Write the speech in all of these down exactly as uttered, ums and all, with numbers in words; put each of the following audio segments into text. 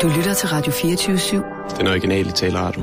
Du lytter til Radio fireogtyve syv. Den originale taleradio.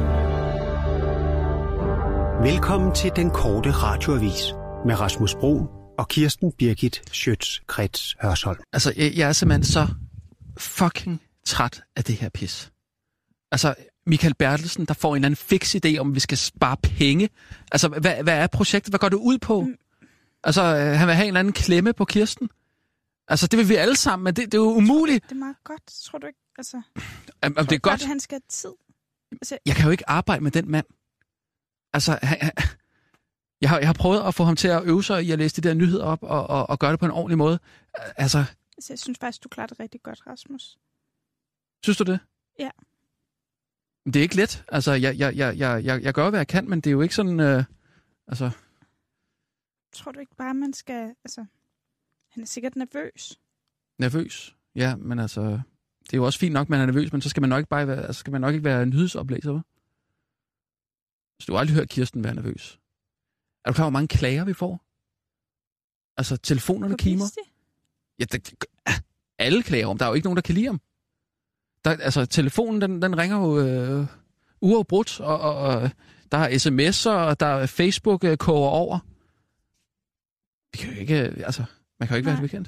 Velkommen til den korte radioavis med Rasmus Broen og Kirsten Birgit Schøtz-Krets Hørsholm. Altså, jeg, jeg er simpelthen så fucking træt af det her pis. Altså, Michael Bertelsen, der får en eller anden fix idé om, at vi skal spare penge. Altså, hvad, hvad er projektet? Hvad går det ud på? Mm. Altså, han vil have en eller anden klemme på Kirsten. Altså, det vil vi alle sammen, men det, det er jo umuligt. Det er meget godt, tror du ikke? Altså, Am, am, det er godt. At han skal have tid. Altså, jeg kan jo ikke arbejde med den mand. Altså, han, han, jeg, har, jeg har prøvet at få ham til at øve sig i at læse de der nyheder op og, og, og gøre det på en ordentlig måde. Altså, altså, jeg synes faktisk, du klarer det rigtig godt, Rasmus. Synes du det? Ja. Det er ikke let. Altså, jeg, jeg, jeg, jeg, jeg, jeg gør, hvad jeg kan, men det er jo ikke sådan... Øh, altså... Tror du ikke bare, man skal... Altså, han er sikkert nervøs. Nervøs? Ja, men altså... Det er jo også fint nok, man er nervøs, men så skal man nok ikke, bare være, altså, skal man nok ikke være en nyhedsoplæser, hva'? Så du har aldrig hørt Kirsten være nervøs. Er du klar, hvor mange klager vi får? Altså, telefonerne kimer. Ja, det, alle klager om. Der er jo ikke nogen, der kan lide ham. Der, altså, telefonen, den, den ringer jo øh, uafbrudt, og, og, og der er sms'er, og der er Facebook øh, koger over. Vi kan jo ikke, altså, man kan jo ikke Nej. være bekendt.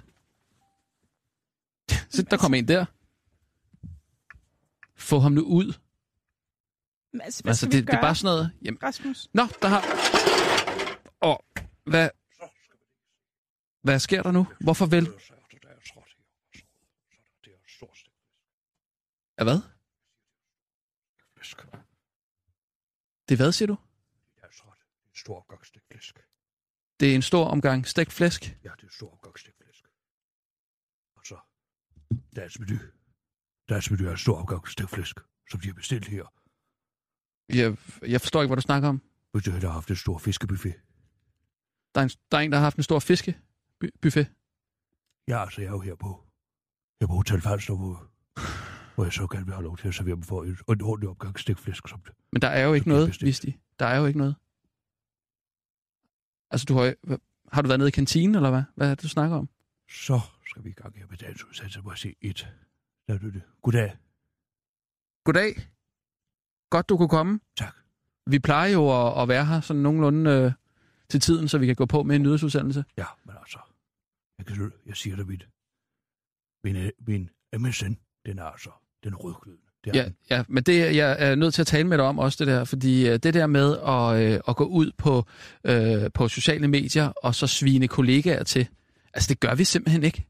Så der kommer en der. Få ham nu ud. Men altså, hvad altså, det, det er bare sådan noget. Jamen. Rasmus. Nå, der har... Åh, hvad... Hvad sker der nu? Hvorfor vel? Ja, hvad? Det er hvad, siger du? Ja, så er det en stor omgang stegt flæsk. Det er en stor omgang stegt flæsk? Ja, det er en stor omgang stegt flæsk. Og så dagens menu. Dagens menu er en stor omgang stegt flæsk, som de har bestilt her. Jeg, jeg forstår ikke, hvad du snakker om. Hvis du har haft en stor fiskebuffet. Der er, en, der er en, der har haft en stor fiskebuffet? Ja, altså jeg er jo her på, her på Hotel Falster, hvor, hvor jeg så gerne vil have lov til at servere dem for en, en ordentlig omgang stegt flæsk. Som det, Men der er jo ikke noget, vidste de. Der er jo ikke noget. Altså, du har, har du været nede i kantinen, eller hvad? Hvad er det, du snakker om? Så skal vi i gang her med dagens udsendelse. Må jeg se et. Lad du det. Goddag. Goddag. Godt, du kunne komme. Tak. Vi plejer jo at, at være her sådan nogenlunde øh, til tiden, så vi kan gå på med en nyhedsudsendelse. Ja, men altså, jeg, kan, jeg siger dig, mit, min, min M S N, den er altså, den er rødglødende. Ja, ja, men det jeg er nødt til at tale med dig om også, det der, fordi det der med at, øh, at gå ud på, øh, på sociale medier og så svine kollegaer til, altså det gør vi simpelthen ikke.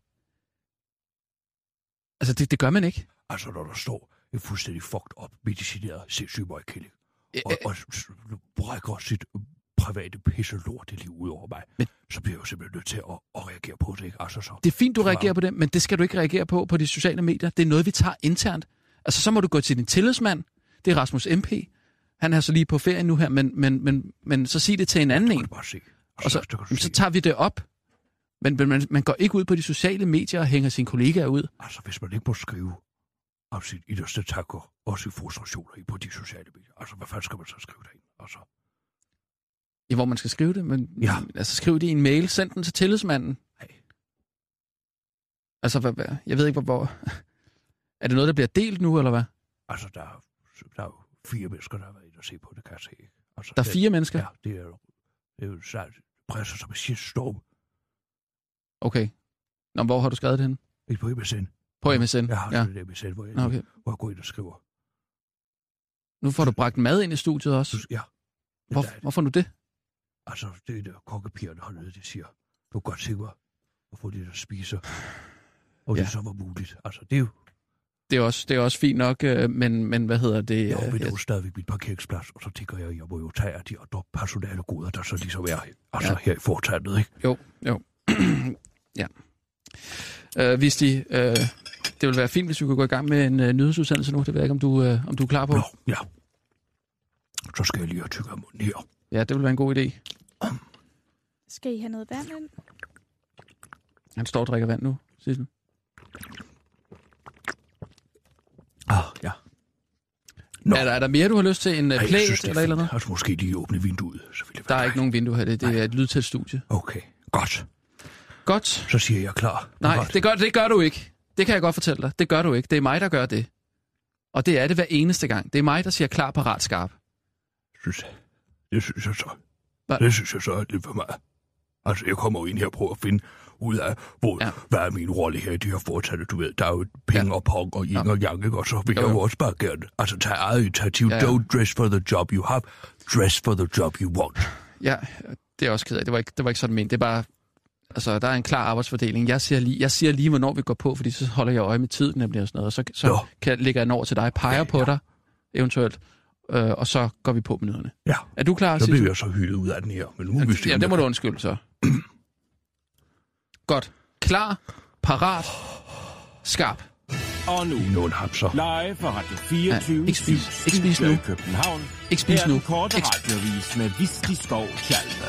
Altså det, det gør man ikke. Altså når der står en fuldstændig fucked up, medicineret, sindssygt møgkælling, og, og brækker sit private pisse lort det liv ud over mig, men, så bliver jeg jo simpelthen nødt til at, at reagere på det, ikke? Altså så... Det er fint, du reagerer på det, men det skal du ikke reagere på på de sociale medier. Det er noget, vi tager internt. Altså, så må du gå til din tillidsmand. Det er Rasmus M P. Han er så lige på ferie nu her, men, men, men, men så sig det til en anden en. Og så, og så, så tager vi det op. Men, men man, man går ikke ud på de sociale medier og hænger sine kollegaer ud. Altså, hvis man ikke må skrive om sit inderste tanker og sine frustrationer på de sociale medier, altså, hvad fanden skal man så skrive derind? Altså... Ja, hvor man skal skrive det, men ja. Altså, skriv det i en mail, send den til tillidsmanden. Nej. Altså, hvad, hvad, jeg ved ikke, hvor... hvor er det noget, der bliver delt nu, eller hvad? Altså, der er, der er jo fire mennesker, der har været inde og se på det, kan jeg se. Altså, der er fire det, mennesker? Ja, det er jo, det er jo særligt presser som en shitstorm. Okay. Nå, hvor har du skrevet det henne? Ikke på M S N. På M S N? Jeg har ja. det M S N, hvor jeg, okay. hvor jeg går ind og skriver. Nu får du bragt mad ind i studiet også? Ja. Hvor, hvorfor nu det? Altså, det er der kokkepigerne hernede, de siger, du kan godt tænke mig at få det, der spiser. Og ja. Det så var muligt. Altså, det er jo... Det er også, det er også fint nok, men, men hvad hedder det? Jeg opvinder jo stadigvæk mit parkeringsplads, og så tænker jeg, at jeg må jo tage de andre personale goder, der så ligesom er altså ja. Her i foretagendet, ikke? Jo, jo. ja. Øh, hvis de, øh, det ville være fint, hvis vi kunne gå i gang med en uh, nyhedsudsendelse nu. Det ved jeg ikke, om du, øh, om du er klar på. Nå, ja. Så skal jeg lige have tykke af munden her. Ja, det ville være en god idé. Skal I have noget vand ind? Han står og drikker vand nu, Sissel. Ah, ja. Er der, er der mere, du har lyst til? En Ej, plæt synes, eller eller noget? Jeg skal måske lige åbne vinduet. Så vil det der er dig. ikke nogen vindue her. Det, det er et lydtæt studie. Okay, godt. Godt. Så siger jeg klar. Nej, det gør, det gør du ikke. Det kan jeg godt fortælle dig. Det gør du ikke. Det er mig, der gør det. Og det er det hver eneste gang. Det er mig, der siger klar, parat, skarp. Synes jeg. Det synes jeg så. Hva? Det synes jeg så er lidt for meget. Altså, jeg kommer jo ind her på at finde ud af, hvor, ja. hvad er min rolle her i det her foretagende, du ved. Der er jo penge ja. og pong og yin ja. og yang, ikke? Og så vil jo, jeg jo også bare gerne, altså tage eget initiativ. Ja, ja. Don't dress for the job you have, dress for the job you want. Ja, det er også ked af. Det var ikke, det var ikke sådan ment. Det er bare, altså, der er en klar arbejdsfordeling. Jeg siger lige, jeg siger lige hvornår vi går på, fordi så holder jeg øje med tiden, nemlig og sådan noget. Og så, så kan, lægger jeg en over til dig, peger ja, på ja. dig, eventuelt. Øh, og så går vi på med nødderne. Ja. Er du klar? Så bliver jeg så hyldet ud af den her. Men nu ja, vi ja, det må du undskylde så. Godt. Klar, parat, skarp. Og nu, nogle hapser. Live fra Radio fireogtyve. Ja, ikke spis, ikke spis nu. København. Ikke spis her nu. Her er korte radiovis med Whisky Skov Tjalve.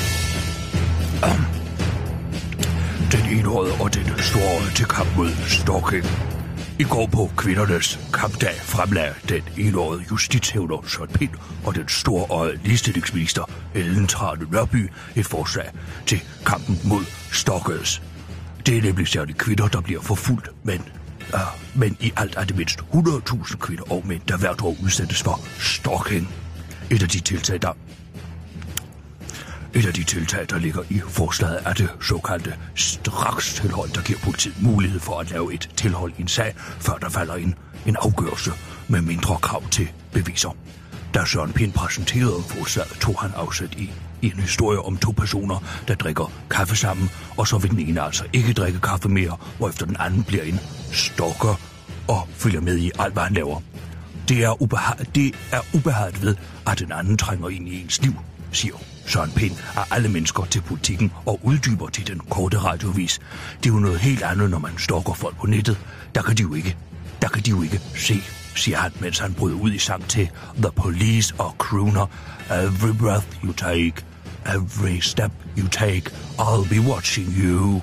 Den enårede og den store til kamp mod stalking. I går på kvindernes kampdag fremlagde den enårede justitshævner Søren Pind og den storårede ligestillingsminister Ellen Trane Nørby et forslag til kampen mod stalkers. Det er nemlig særligt kvinder, der bliver forfulgt, men, uh, men i alt er det mindst hundrede tusind kvinder og mænd, der hvert år udsættes for stalking. Et af de tiltag, der Et af de tiltag, der ligger i forslaget, er det såkaldte strakstilhold, der giver politiet mulighed for at lave et tilhold i en sag, før der falder en, en afgørelse med mindre krav til beviser. Da Søren Pind præsenterede forslaget, tog han afsæt i, i en historie om to personer, der drikker kaffe sammen, og så vil den ene altså ikke drikke kaffe mere, hvorefter den anden bliver en stalker og følger med i alt, hvad han laver. Det er, ubeha- det er ubehaget ved, at den anden trænger ind i ens liv, siger Søren Pind af alle mennesker til politikken og uddyber til den korte radiovis. Det er jo noget helt andet, når man stalker folk på nettet. Der kan de jo ikke, der kan de jo ikke se, siger han, mens han bryder ud i sang til The Police og crooner. Every breath you take, every step you take, I'll be watching you.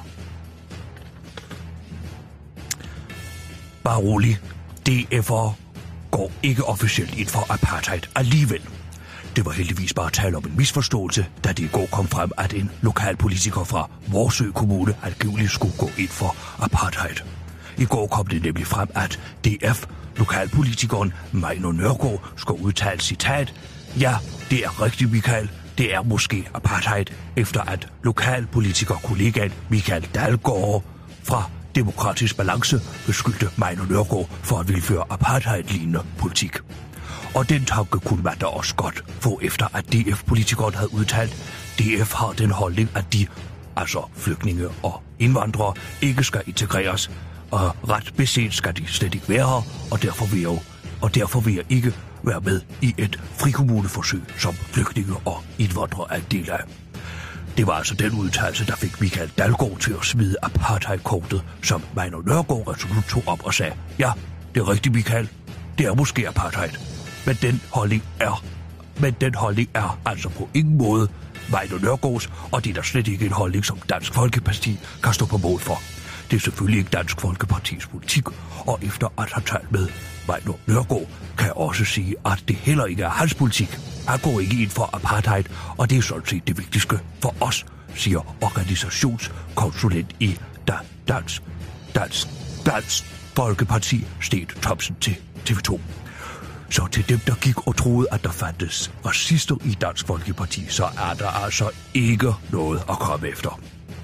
Bare rolig. D F'er går ikke officielt ind for apartheid alligevel. Det var heldigvis bare tale om en misforståelse, da det i går kom frem, at en lokalpolitiker fra Vorsø Kommune angiveligt skulle gå ind for apartheid. I går kom det nemlig frem, at D F, lokalpolitikeren Majno Nørgaard, skulle udtale citat: ja, det er rigtigt, Michael. Det er måske apartheid, efter at lokalpolitikerkollegaen Michael Dalgaard fra Demokratisk Balance beskyldte Majno Nørgaard for at ville føre apartheid-lignende politik. Og den tanke kunne man da også godt få, efter at D F-politikeren havde udtalt, D F har den holdning, at de, altså flygtninge og indvandrere, ikke skal integreres, og ret beset skal de slet ikke være her, og derfor vil jeg, og derfor vil jeg ikke være med i et frikommuneforsøg, som flygtninge og indvandrere er en del af. Det var altså den udtalelse, der fik Michael Dalgaard til at smide apartheid-kortet, som Majno Nørgaard resolut tog op og sagde, ja, det er rigtigt, Michael, det er måske apartheid. Men den holdning er, men den holdning er altså på ingen måde Majno Nørgaards, og det er der slet ikke en holdning, som Dansk Folkeparti kan stå på mål for. Det er selvfølgelig ikke Dansk Folkepartis politik, og efter at have talt med Majno Nørgaard, kan jeg også sige, at det heller ikke er hans politik. Han går ikke ind for apartheid, og det er sådan set det vigtigste for os, siger organisationskonsulent i Dansk, Dansk, Dansk Folkeparti, Sten Thomsen til T V to. Så til dem, der gik og troede, at der fandtes racister i Dansk Folkeparti, så er der altså ikke noget at komme efter.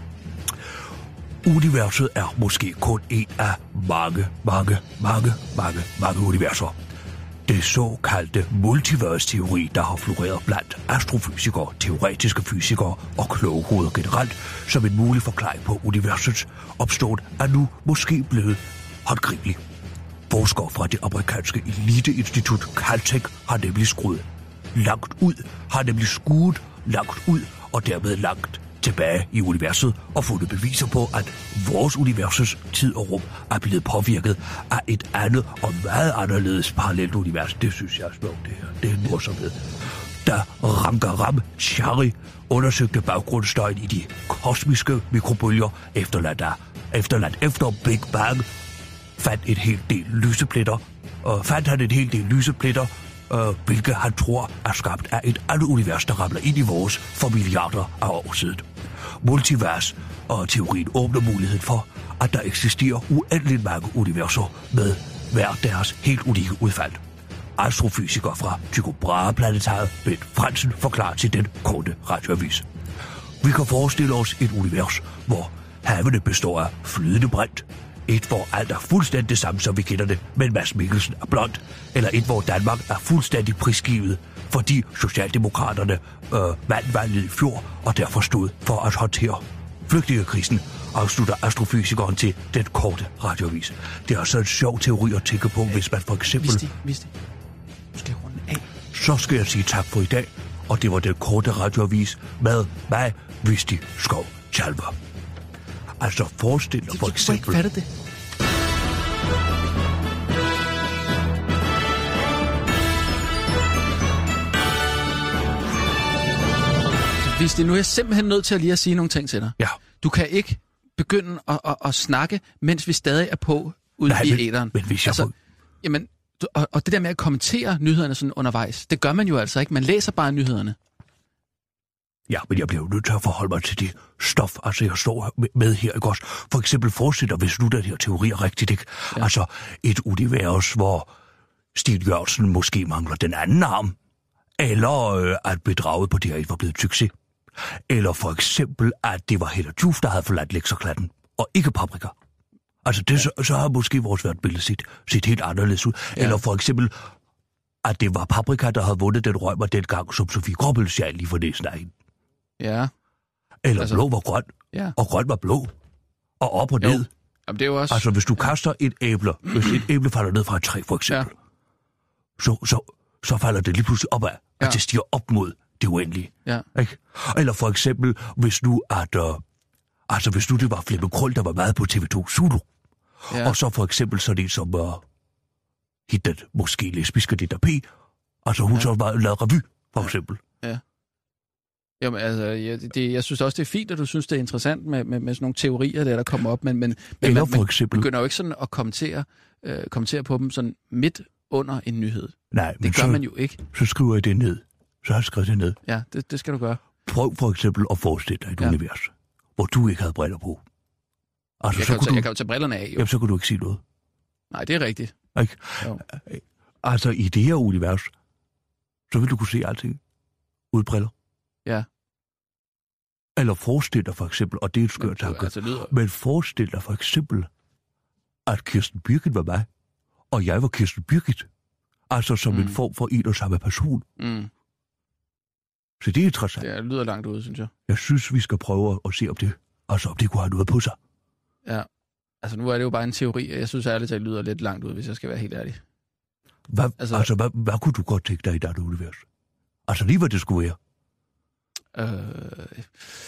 Universet er måske kun en af mange, mange, mange, mange, mange universer. Det såkaldte multiverse-teori, der har floreret blandt astrofysikere, teoretiske fysikere og kloge hoveder generelt, som en mulig forklaring på universets opståen, er nu måske blevet håndgribelig. Forskere fra det amerikanske eliteinstitut Caltech har nemlig skruet langt ud, har nemlig skuet langt ud og dermed langt tilbage i universet og fundet beviser på, at vores universets tid og rum er blevet påvirket af et andet og meget anderledes parallelt univers. Det synes jeg er smukt, det her. Det er en morsomhed. Da Rangaram Chari undersøgte baggrundsstøjen i de kosmiske mikrobølger efterladt, efterladt efter Big Bang, fandt et helt del lysepletter, og fandt han et helt del lysepletter, øh, hvilket han tror er skabt af et andet univers, der ramler ind i vores for milliarder af år siden. Multivers og teorien åbner muligheden for, at der eksisterer uendeligt mange universer med hver deres helt unikke udfald. Astrofysiker fra Tycho Brahe-planetariet Bent Frandsen forklarer til den korte radioavis. Vi kan forestille os et univers, hvor havene består af flydende brint, et hvor alt er fuldstændig det samme, som vi kender det, men Mads Mikkelsen er blond, eller et hvor Danmark er fuldstændig prisgivet, fordi Socialdemokraterne øh, vandt valget i fjor og derfor stod for at håndtere flygtningekrisen, afslutter astrofysikeren til den korte radioavis. Det er også en sjov teori at tænke på, hvis man for eksempel... Visti, Visti. Du skal runde af. Så skal jeg sige tak for i dag, og det var den korte radioavis med mig, Visti Skov Tjalver. Altså forestil dig for eksempel... Du får ikke fattet det. Visti, nu er jeg simpelthen nødt til at lige at sige nogle ting til dig. Ja. Du kan ikke begynde at, at, at snakke, mens vi stadig er på ude Nej, i men, æteren. Men hvis jeg altså, får... Jamen, du, og, og det der med at kommentere nyhederne sådan undervejs, det gør man jo altså ikke. Man læser bare nyhederne. Ja, men jeg bliver jo nødt til at forholde mig til det stof, altså jeg står med her, ikke også? For eksempel forestiller, hvis nu den her teori er rigtigt, ikke? Ja. Altså et univers, hvor Stig Jørgensen måske mangler den anden arm, eller øh, at bedraget på D R et var blevet et succes. Eller for eksempel, at det var Hella Juf, der havde forladt lekserklatten, og ikke Paprika. Altså, det, ja. så, så har måske vores verdensbillede set, set helt anderledes ud. Ja. Eller for eksempel, at det var Paprika, der havde vundet den røg mig dengang, som Sofie Gråbøl sagde lige for næsen af hende. Ja. Eller altså, blå var grøn, ja. Og grøn var blå, og op og jo. ned. Jamen, det er jo også... Altså, hvis du kaster et æble, hvis et æble falder ned fra et træ, for eksempel, ja. så, så, så falder det lige pludselig opad, ja. At det stiger op mod det uendelige. Ja. Ikke? Eller for eksempel, hvis nu, at, uh, altså, hvis nu det var Flemming Krøll, der var meget på T V to Zulu, ja. Og så for eksempel sådan en som uh, hit den måske lesbiske Linda P., altså hun ja. Så var lavet revy, for eksempel. Ja. Jamen, altså, jeg, det, jeg synes også, det er fint, at du synes, det er interessant med, med, med sådan nogle teorier, der, der kommer op, men, men, men Eller man, for eksempel... man begynder jo ikke sådan at kommentere, øh, kommentere på dem sådan midt under en nyhed. Nej, men det gør så, man jo ikke. Så skriver jeg det ned. Så har jeg skrevet det ned. Ja, det, det skal du gøre. Prøv for eksempel at forestille dig et ja. Univers, hvor du ikke havde briller på. Altså, jeg, så kan kunne tage, du... jeg kan jo tage brillerne af, jo. Jamen, så kunne du ikke sige noget. Nej, det er rigtigt. Ikke? Altså, i det her univers, så vil du kunne se alting uden briller. Ja. Eller forestil dig for eksempel, og det er et skørt tanke, altså, lyder... men forestil dig for eksempel, at Kirsten Birgit var mig, og jeg var Kirsten Birgit. Altså som mm. en form for en og samme person. Mm. Så det er interessant. Det lyder langt ude, synes jeg. Jeg synes, vi skal prøve at se om det, altså om det kunne have noget på sig. Ja, altså nu er det jo bare en teori, og jeg synes ærligt, at det lyder lidt langt ud, hvis jeg skal være helt ærlig. Hvad, altså, altså hvad, hvad kunne du godt tænke dig i dit univers? Altså lige hvad det skulle være. Øh...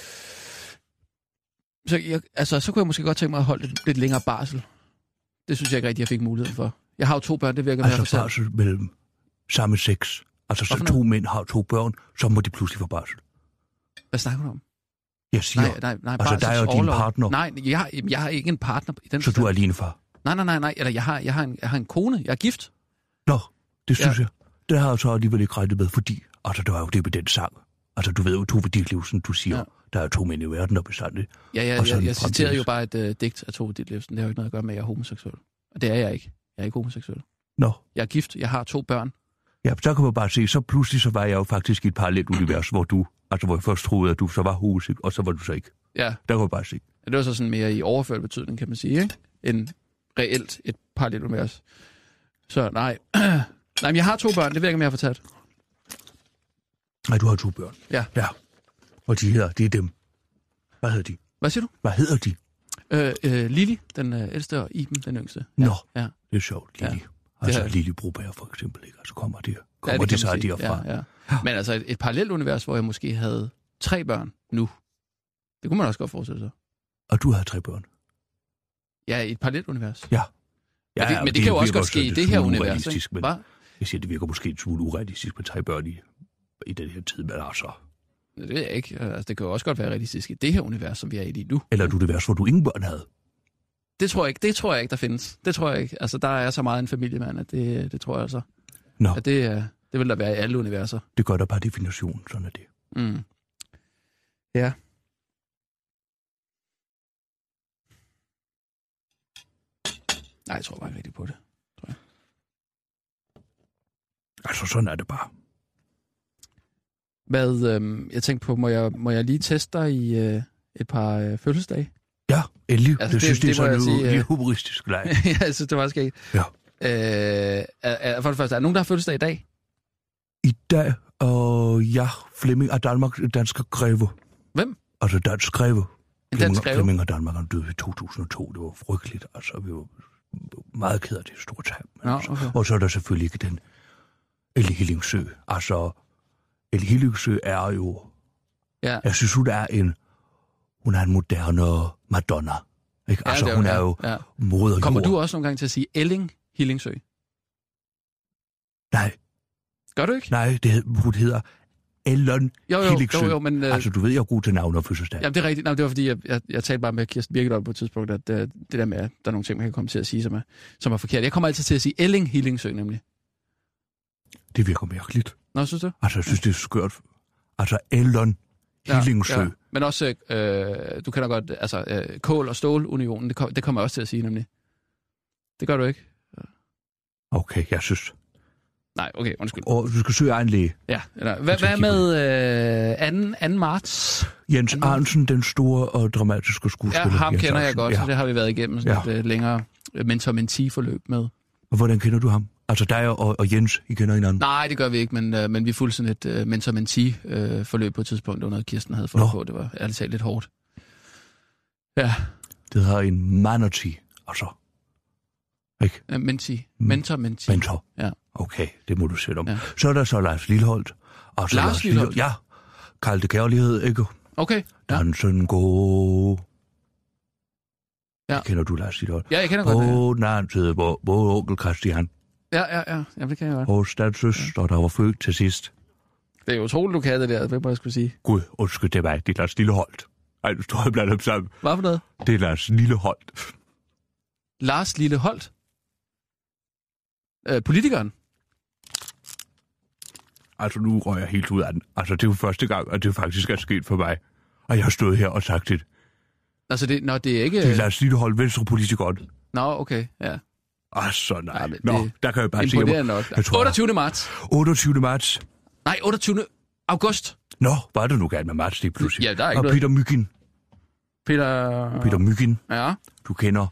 Så, jeg, altså, så kunne jeg måske godt tænke mig at holde lidt, lidt længere barsel. Det synes jeg ikke rigtig, jeg fik mulighed for. Jeg har jo to børn, det virker mere altså, for barsel mellem samme sex. Altså så to mænd har to børn, så må de pludselig få barsel. Hvad snakker du om? Jeg siger, nej, nej, nej, altså dig og din partner. Nej, jeg har, jeg har ikke en partner i den så forstand. Du er alene far? Nej, nej, nej, nej. Eller jeg har, jeg, har en, jeg har en kone, jeg er gift. Nå, det synes ja. Jeg. Det har jeg så alligevel ikke regnet med, fordi altså, der var jo det med den sang. Altså, du ved jo, Tove Ditlevsen, du siger, ja. Der er to mænd i verden, der bestandigt. Ja, ja, jeg, jeg citerede jo bare et uh, digt af Tove Ditlevsen. Det har jo ikke noget at gøre med, at jeg er homoseksuel. Og det er jeg ikke. Jeg er ikke homoseksuel. Nå. Jeg er gift, jeg har to børn. Ja, så kan man bare se, så pludselig så var jeg jo faktisk i et parallelt univers, hvor du, altså hvor jeg først troede, at du så var homoseksuel, og så var du så ikke. Ja. Der kan man bare se. Ja, det var så sådan mere i overført betydning, kan man sige, ikke? End reelt et parallelt univers. Så nej. Nej, men jeg har to børn, det ved jeg ikke, om jeg har fortalt. Nej, du har to børn. Ja. Ja. Og de hedder, det er dem. Hvad hedder de? Hvad siger du? Hvad hedder de? Øh, øh, Lili, den øh, ældste, og Iben, den yngste. Ja. Nå, ja. Det er sjovt, Lili. Ja. Altså Lili Broberg for eksempel, ikke? Altså kommer det, kommer ja, det, det så derfra. Ja, ja. Men altså et, et parallelt univers, hvor jeg måske havde tre børn nu. Det kunne man også godt forestille sig. Og du havde tre børn? Ja, et parallelt univers. Ja. Ja, men det, men det, det kan jo også godt ske i det her univers, ikke? Men jeg siger, det virker måske en smule urealistisk med tre børn i, i den her tid, men altså... Det ved jeg ikke. Altså, det kan jo også godt være realistisk i det her univers, som vi er i lige nu. Eller et univers, hvor du ingen børn havde? Det tror jeg ikke. Det tror jeg ikke, der findes. Det tror jeg ikke. Altså, der er så meget en familiemand, at det, det tror jeg altså. Nå. At det, det vil der være i alle universer. Det gør der bare definition, sådan er det. Mm. Ja. Nej, jeg tror bare ikke rigtig på det. Tror jeg. Altså, sådan er det bare. Hvad, øh, jeg tænkte på, må jeg, må jeg lige teste dig i øh, et par øh, fødselsdage? Ja, endelig. Altså, det, det- synes, det, det det er må jeg sådan sige, en øh, humoristisk leg. Ja, jeg synes, det var skægt. Ja. Øh, er, er, for det første, er der nogen, der har fødselsdag i dag? I dag, og ja, Flemming af Danmark, dansk greve. Hvem? Altså dansk greve. En dansk greve? Flemming af Danmark, han døde i to tusind og to. Det var frygteligt. Altså, vi var meget ked af det store tab. Nå, altså. okay. Og så er der selvfølgelig ikke den Elle Hillingsø. Altså, Elle Hillingsø er jo... Ja. Jeg synes, hun er en... Hun er en moderne Madonna. Ikke? Altså, det hun er ja, jo ja. moder jord. Kommer du også nogle gange til at sige Elling Hillingsø? Nej, Gør du ikke? nej, det, hed- hun hedder Ellen Jo, jo, Hillingsø. jo, jo, men... Øh, Altså, du ved, jeg er god til navn og fødselsdag. jamen, det er rigtigt. Nej, det var fordi, jeg, jeg, jeg talte bare med Kirsten Birkedal på et tidspunkt, at øh, det der med, at der er nogle ting, man kan komme til at sige, som er, som er forkert. Jeg kommer altid til at sige Elling Hillingsø, nemlig. Det virker mærkeligt. Nå, synes du? Altså, jeg synes, det er skørt. Altså, Ellen Hillingsø. Ja, ja. Men også, øh, du kender godt, altså, øh, kål- og stålunionen, det, kom, det kommer jeg også til at sige, nemlig. Det gør du ikke? Okay, jeg synes. Nej, okay, undskyld. Og du skal søge egen læge. Ja, eller, hvad, hvad med øh, anden, anden marts? Jens Arnsen, den store og dramatiske skuespiller. Ja, ham Jens kender jeg Arnsen. godt, Ja. så det har vi været igennem sådan Ja. et øh, længere mentor-mentee-forløb med. Og hvordan kender du ham? Altså dig og, og Jens, I kender hinanden? Nej, det gør vi ikke, men, øh, men vi fulgte sådan et øh, mentor-mentee-forløb på et tidspunkt, det var noget, Kirsten havde fundet Nå. på. Det var ærligt talt lidt hårdt. Ja, Det hedder en manatee, altså. Ikke? øh, mentee. Mentor-mentee. Mentor. Ja. Okay, det må du sætte om. Ja. Ja. Så er der så Lars Lilleholdt. Og så Lars Lilholt? Ja, kaldte kærlighed, ikke? Okay, ja. Dansen gå. Ja. Kender du Lars Lilleholdt? Ja, jeg kender godt det. her. På den anden side, hvor, hvor onkel Christian Ja, ja, ja, ja, det kan jeg godt. og statsøster, der var født til sidst. Det er jo utroligt, du kan det der, det er hvad jeg skulle sige. Gud, undskyld, det var det er Lars Lilleholdt. Ej, nu står jeg blandt dem sammen. Hvad for noget? Det er Lars Lilleholdt. Lars Lille Holt. Øh, politikeren. Altså, nu røg jeg helt ud af den. Altså, det er jo første gang, at det faktisk er sket for mig. Og jeg har stået her og sagt det. Altså, det, nå, det er ikke... Det er Lars Lilleholdt, venstrepolitikeren. Nå, okay, ja. Altså, nej. Ja, men Nå, det- der kan jeg bare sige... Imponerende nok. Jeg tror, otteogtyvende marts. otteogtyvende marts. Nej, otteogtyvende august. Nå, var det nu gerne med marts, det er pludselig. Ja, der er ikke og noget. Peter Myggen. Peter... Peter Myggen, Ja, du kender...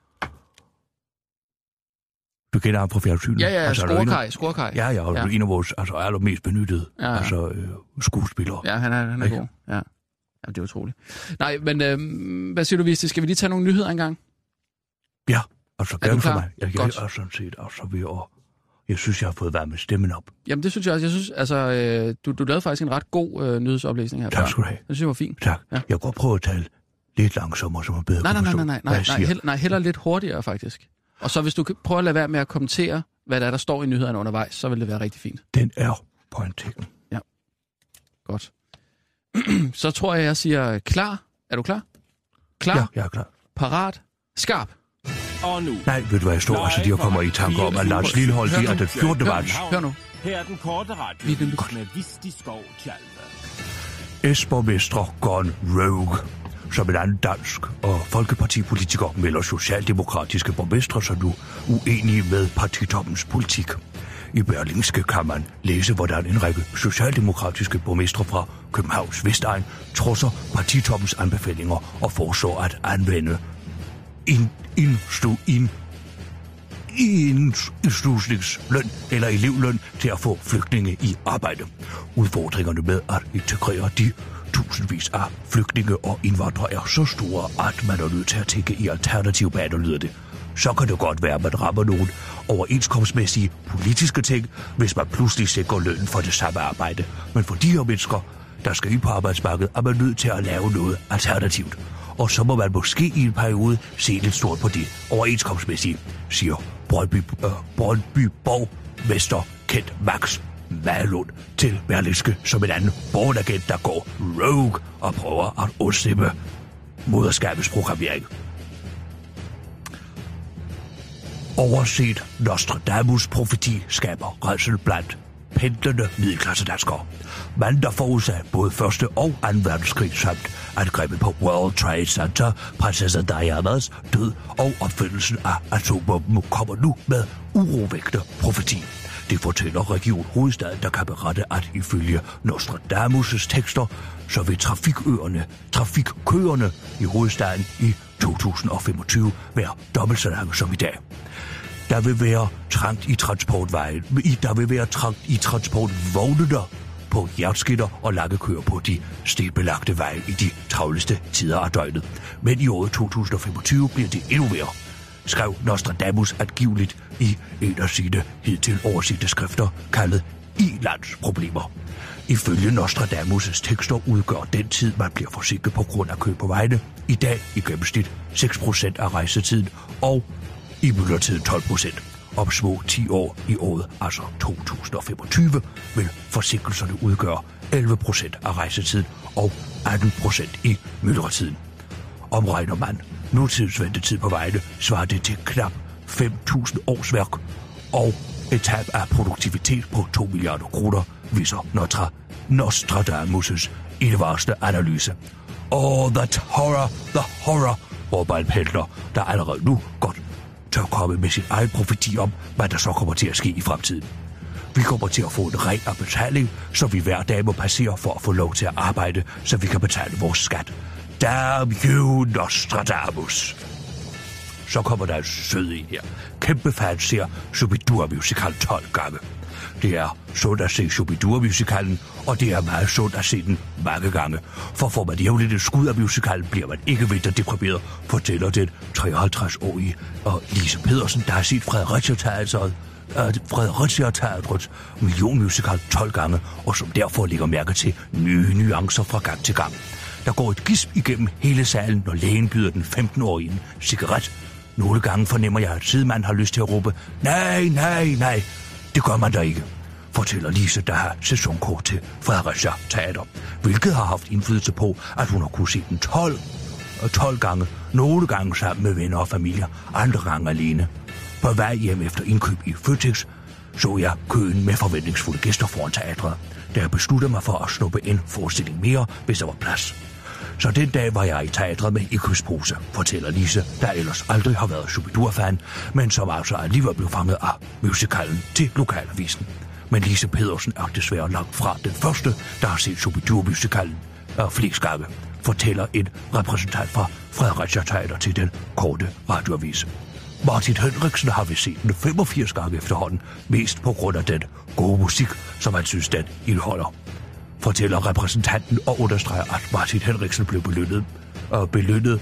Du kender ham fra fjernsynet. ja, ja, Altså, han er jo en af- Skorkaj, Skorkaj. Ja, ja, og Ja. ja. en af vores altså, allermest benyttede Ja, ja. altså, øh, skuespillere. Ja, han er, han er Ikke? god. Ja. Ja, det er utroligt. Nej, men øh, hvad siger du, Viste? Skal vi lige tage nogle nyheder engang? Ja, altså Er du gerne for klar? mig. Jeg, jeg Godt. er sådan set altså ved at... Jeg synes, jeg har fået været med stemmen op. Jamen, det synes jeg også. Jeg synes, altså, øh, du, du lavede faktisk en ret god øh, nyhedsoplæsning her. Tak før. skal du have. Det synes jeg var fint. Tak. Ja. Ja. Jeg kan godt prøve at tale lidt langsommere, så man bedre Nej, nej, kan nej, forstå, nej, nej, hvad nej, jeg nej, siger. held, nej, heller lidt hurtigere, faktisk. Og så hvis du kan prøve at lade være med at kommentere, hvad der er, der står i nyhederne undervejs, så vil det være rigtig fint. Den er pointikken. Godt. Så tror jeg, jeg siger klar. Er du klar? Klar, Ja, jeg er klar. parat, skarp. Og nu, Nej, ved du hvad jeg står? Altså, de har kommer i tanke om, at Lars Lilleholdt, det er den fjortende marts. Hør nu. her er den korte Vi er radiovis med Visti Skov Tjalve. S-borgmestre gone rogue. Som en anden dansk og folkepartipolitiker melder socialdemokratiske borgmestre sig nu uenige med partitoppens politik. I Berlingske kan man læse, hvordan en række socialdemokratiske borgmestre fra Københavns Vestegn trodser partitoppens anbefalinger og foreslår at anvende en indstu, in, indslusningsløn eller elevløn til at få flygtninge i arbejde. Udfordringerne med at integrere de tusindvis af flygtninge og indvandrere er så store, at man er nødt til at tænke i alternative baner, lyder det. Så kan det godt være, at man rammer nogle overenskomstmæssige politiske ting, hvis man pludselig sikrer lønnen for det samme arbejde. Men for de her mennesker, der skal ind på arbejdsmarkedet, er man nødt til at lave noget alternativt. Og så må man måske i en periode se lidt stort på det overenskomstmæssige, siger Brøndby, øh, Brøndby borgmester Kent Max Malund til Berlingske som en anden borgeragent, der går rogue og prøver at undslippe moderskabets programmering. Overset Nostradamus profeti skaber rædsel blandt pendlende middelklasse danskere. Manden, der forudsagde både første og anden verdenskrig samt angrebet på World Trade Center, prinsesse Dianas død og opfindelsen af atombomben kommer nu med urovækkende profeti. Det fortæller Region Hovedstaden, der kan berette, at ifølge Nostradamus' tekster, så vil trafikøerne, trafikkøerne i hovedstaden i to tusind femogtyve være dobbelt så lange som i dag. Der vil være trangt i transportvejen, der vil være trangt i transportvognene på jernskitter og lange køer på de stenbelagte veje i de travleste tider af døgnet. Men i året to tusind femogtyve bliver det endnu mere, skrev Nostradamus angiveligt i en af sine hidtil oversigte skrifter, kaldet I-landsproblemer. Ifølge Nostradamus' tekster udgør den tid, man bliver forsinket på grund af kø på vejene, i dag i gennemsnit seks procent af rejsetiden, og i myldretiden tolv procent. Om små ti år i året, altså to tusind femogtyve, vil forsinkelserne udgøre elleve procent af rejsetiden og atten procent i myldretiden. Omregner man nutidens ventetid på vejene, svarer det til knap fem tusind årsværk og et tab af produktivitet på to milliarder kroner, viser Notre Nostradamus' ildevarslende analyse. Oh, that horror, the horror, råber en pendler, der allerede nu godt tør komme med sin egen profeti om, hvad der så kommer til at ske i fremtiden. Vi kommer til at få en ren af betaling, så vi hver dag må passere for at få lov til at arbejde, så vi kan betale vores skat. Damn you, Nostradamus! Så kommer der en sød en her. Kæmpe fan ser Shubidua-musical tolv gange. Det er sundt at se Shubidua-musicalen, og det er meget sundt at se den mange gange. For får man jævnligt et skud af musicalen, bliver man ikke vinterdeprimeret, fortæller den treoghalvtreds-årige og Lise Pedersen, der har set Fredericia-teatret, øh, Fredericia-teatrets millionmusical tolv gange, og som derfor lægger mærke til nye nuancer fra gang til gang. Der går et gisp igennem hele salen, når lægen byder den femten-årige en cigaret. Nogle gange fornemmer jeg, at sidemanden har lyst til at råbe, nej, nej, nej. Det gør man da ikke, fortæller Lise, der har sæsonkort til Fredericia Teater, hvilket har haft indflydelse på, at hun har kunnet se den tolv, tolv gange, nogle gange sammen med venner og familier, andre gange alene. På vej hjem efter indkøb i Føtex så jeg køen med forventningsfulde gæster foran teatret, da jeg besluttede mig for at snuppe en forestilling mere, hvis der var plads. Så den dag var jeg i teatret med indkøbspose, fortæller Lise, der ellers aldrig har været Shubidua-fan, men som altså alligevel blev fanget af musicalen til lokalavisen. Men Lise Pedersen er desværre langt fra den første, der har set Shubidua-musicalen øh, flest gange, fortæller en repræsentant fra Fredericia Teater til den korte radioavis. Martin Henriksen har vi set den femogfirs gange efterhånden, mest på grund af den gode musik, som han synes, den indeholder. Fortæller repræsentanten og understreger, at Martin Henriksen blev belønnet, og belønnet,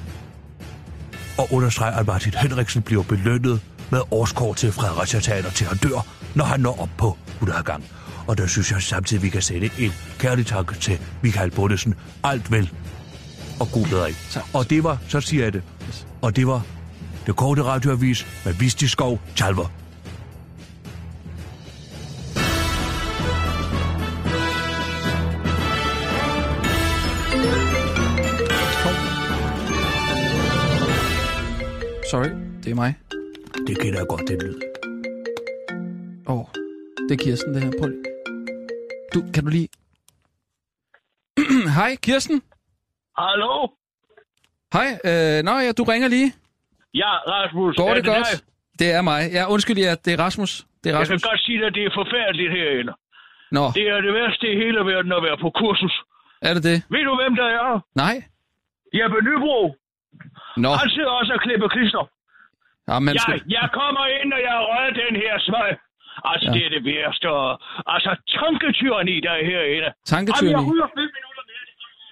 og understreger, at Martin Henriksen bliver belønnet med årskort til Fredericia Teater til han dør, når han når op på hundrede gang. Og der synes jeg samtidig, vi kan sætte en kærlig tanke til Michael Bundesen. Alt vel og god bedring. Og det var, så siger jeg det, og det var det korte radioavis med Visti Skov Tjalver. Sorry, det er mig. Det kender jeg godt, den lyd. Åh, oh, det er Kirsten, det her. Prøv lige. Du, kan du lige... Hej, Kirsten. Hallo? Hej, øh, nå ja, du ringer lige. Ja, Rasmus. Går er det, det godt? Dig? Det er mig. Ja, undskyld, ja, det er Rasmus. Det er Rasmus. Jeg kan godt sige at det er forfærdeligt herinde. Nå. Det er det værste i hele verden at være på kursus. Er det det? Ved du, hvem der er? Nej. Jeppe Nybro. Nå. Han sidder også og klipper klister. Ja, man skal... jeg, jeg kommer ind, og jeg rører den her svej. Altså, ja. Det er det værste. Altså, tanketyranni, der er herinde. Tanketyranni? Jamen, jeg ryger fem minutter mere.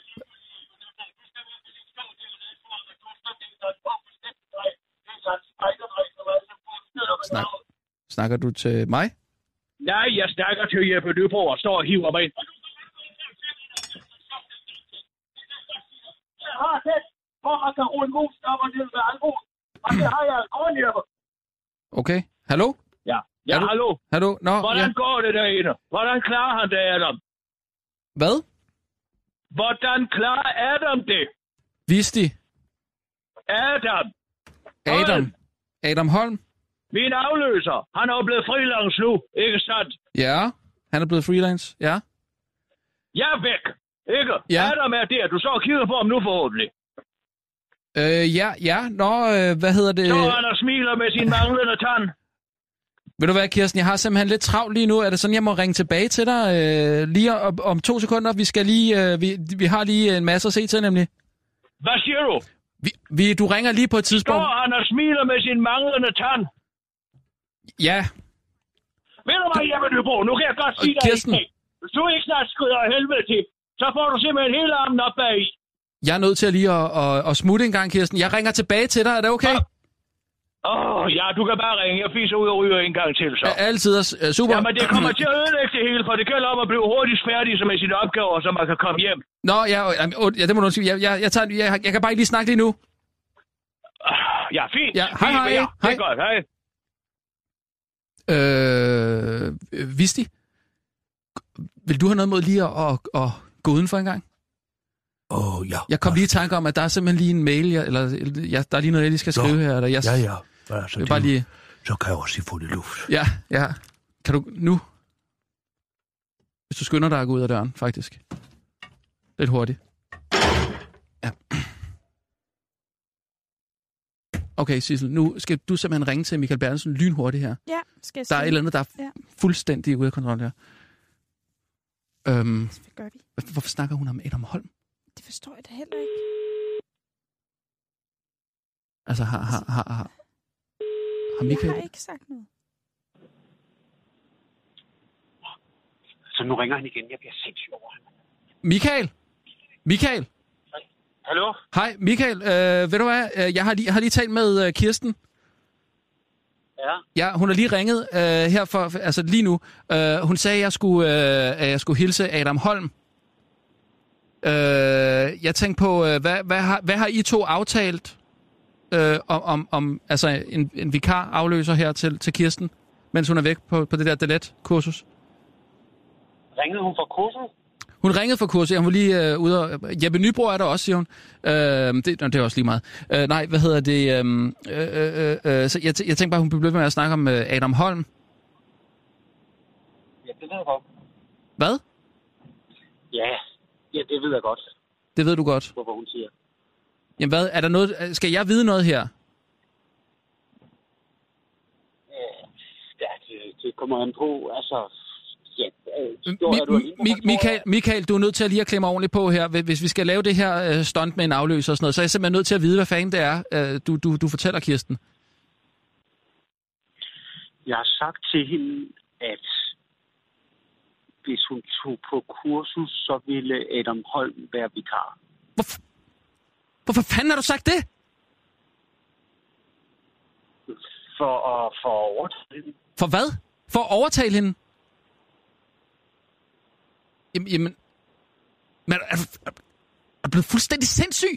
Snak. Snakker du til mig? Nej, jeg snakker til Jeppe Nybro og står og hiver mig ind. Jeg har det, hvor man kan rulle musstopper ned med alvoren. Og det har jeg grund, Jeppe. Okay. Hallo? Ja, ja, du... hallo. Hallo? Nå, Hvordan ja. går det derinde? Hvordan klarer han det, Adam? Hvad? Hvordan klarer Adam det? Visti. Adam. Adam. Holm. Adam Holm. Min afløser. Han er jo blevet freelance nu, ikke sandt? Ja. Han er blevet freelance, ja. Jeg er væk, ikke? Ja. Adam er der. Du så og kigger på ham nu forhåbentlig. Øh, ja, ja. Nå, øh, hvad hedder det? Så han og smiler med sin manglende tand. Ved du hvad, Kirsten? Jeg har simpelthen lidt travlt lige nu. Er det sådan, jeg må ringe tilbage til dig øh, lige om, om to sekunder? Vi skal lige, øh, vi, vi har lige en masse at se til, nemlig. Hvad siger du? Vi, vi, du ringer lige på et tidspunkt. Står han og smiler med sin manglende tand? Ja. Ved du hvad, Jeppe Nybo? Nu kan jeg godt sige dig Kirsten. ikke. Hvis du ikke snart skrider af helvede til, så får du simpelthen hele armen op bag i. Jeg er nødt til at lige at, at, at smutte en gang, Kirsten. Jeg ringer tilbage til dig. Er det okay? Åh, oh, ja, du kan bare ringe. Jeg fiser ud og ryger en gang til, så. Ja, altid. Uh, super. Jamen, det kommer til at ødelægge det hele, for det gælder om at blive hurtigst færdig med sine opgaver, så man kan komme hjem. Nå, ja, ja det må du undskylde. Jeg, jeg, jeg, tager, jeg, jeg kan bare ikke lige snakke lige nu. Ja, fint. Ja, hej, hej. Ja, det er godt, hej. Øh, Visti? Vil du have noget mod lige at, at, at gå udenfor en gang? Åh, oh, ja. Jeg kom lige i tanke om, at der er simpelthen lige en mail, jeg, eller ja, der er lige noget, jeg lige skal skrive Nå, her. Eller jeg, ja, ja. Altså, jeg bare lige... Så kan jeg også lige få det luft. Ja, ja. Kan du nu? Hvis du skynder dig at gå ud af døren, faktisk. Lidt hurtigt. Ja. Okay, Sissel, nu skal du simpelthen ringe til Michael Bertelsen lynhurtigt her. Ja, skal jeg Der er et eller andet, der er ja. fuldstændig ude af kontrol her. Øhm, Hvad gør vi? hvorfor snakker hun om Adam Holm? Det forstår jeg da heller ikke. Altså, har, har, har, har, har Michael... Jeg har ikke sagt noget. Så nu ringer han igen. Jeg bliver sindssyg over ham. Michael? Michael? Hallo? Hej, Michael. Øh, ved du hvad? Jeg har lige, jeg har lige talt med uh, Kirsten. Ja? Ja, hun har lige ringet øh, her for, altså lige nu. Øh, hun sagde, at jeg skulle, øh, at jeg skulle hilse Adam Holm. Øh, jeg tænkte på, øh, hvad, hvad, har, hvad har I to aftalt øh, om, om, om altså en, en vikar afløser her til, til Kirsten, mens hun er væk på, på det der Dalet-kursus? Ringede hun fra kurset? Hun ringede for kurset, hun var lige øh, ude og... Jeppe Nybro er der også, siger hun. Øh, det, det er også lige meget. Øh, nej, hvad hedder det? Øh, øh, øh, så jeg, jeg tænkte bare, hun blev med at snakke om øh, Adam Holm. Ja, det ved jeg godt. Hvad? Ja, ja, det ved jeg godt. Det ved du godt. Hvorfor hun siger. Jamen hvad, er der noget... Skal jeg vide noget her? Ja, det, det kommer an på, altså... Ja, øh, Mi- Mi- Michael, Michael, du er nødt til at lige at klemme ordentligt på her. Hvis vi skal lave det her uh, stunt med en afløser og sådan noget, så er jeg simpelthen nødt til at vide, hvad fanden det er, uh, du, du, du fortæller, Kirsten. Jeg har sagt til hende, at hvis hun tog på kursus, så ville Adam Holm være vikar. Hvorfor, Hvorfor fanden har du sagt det? For at for at overtale hende. For hvad? For at overtale hende? Jamen, jamen men er, er, er du blevet fuldstændig sindssyg?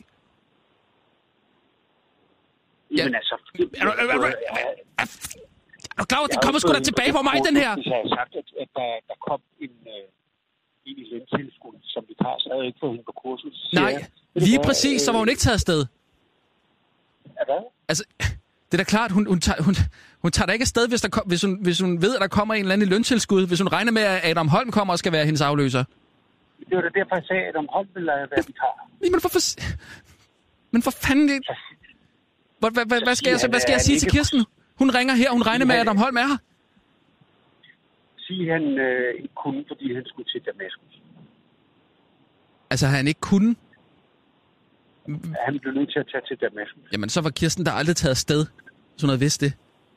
Jamen ja. altså... Er du, er, er, er, er, er du klar over, at det kommer sgu da tilbage på mig, den her? Hvis jeg havde sagt, at, at der, der kom en, øh, en i løntilskud, som vi tager, så havde jeg ikke fået hende på kursus. Nej, jeg, lige hvad, præcis, øh, så var hun ikke taget afsted. Er hvad? Altså, det er da klart, hun, hun, tager, hun, hun tager da ikke afsted, hvis, der kom, hvis, hun, hvis hun ved, at der kommer en eller anden løntilskud. Hvis hun regner med, at Adam Holm kommer og skal være hendes afløser. Det var da derfor, jeg sagde, at Adam Holm ville være vikar. Men hvorfor... Men for fanden... Det... Hvad, hvad, hvad, hvad skal jeg, så, hvad skal jeg sige til Kirsten? Hun ringer her, hun regner med, at Adam Holm er her. Sige, han øh, ikke kunne, fordi han skulle til Damaskus. Altså, han ikke kunne? Han blev nødt til at tage til Damaskus. Jamen, så var Kirsten der aldrig taget afsted, så hun havde vidst det.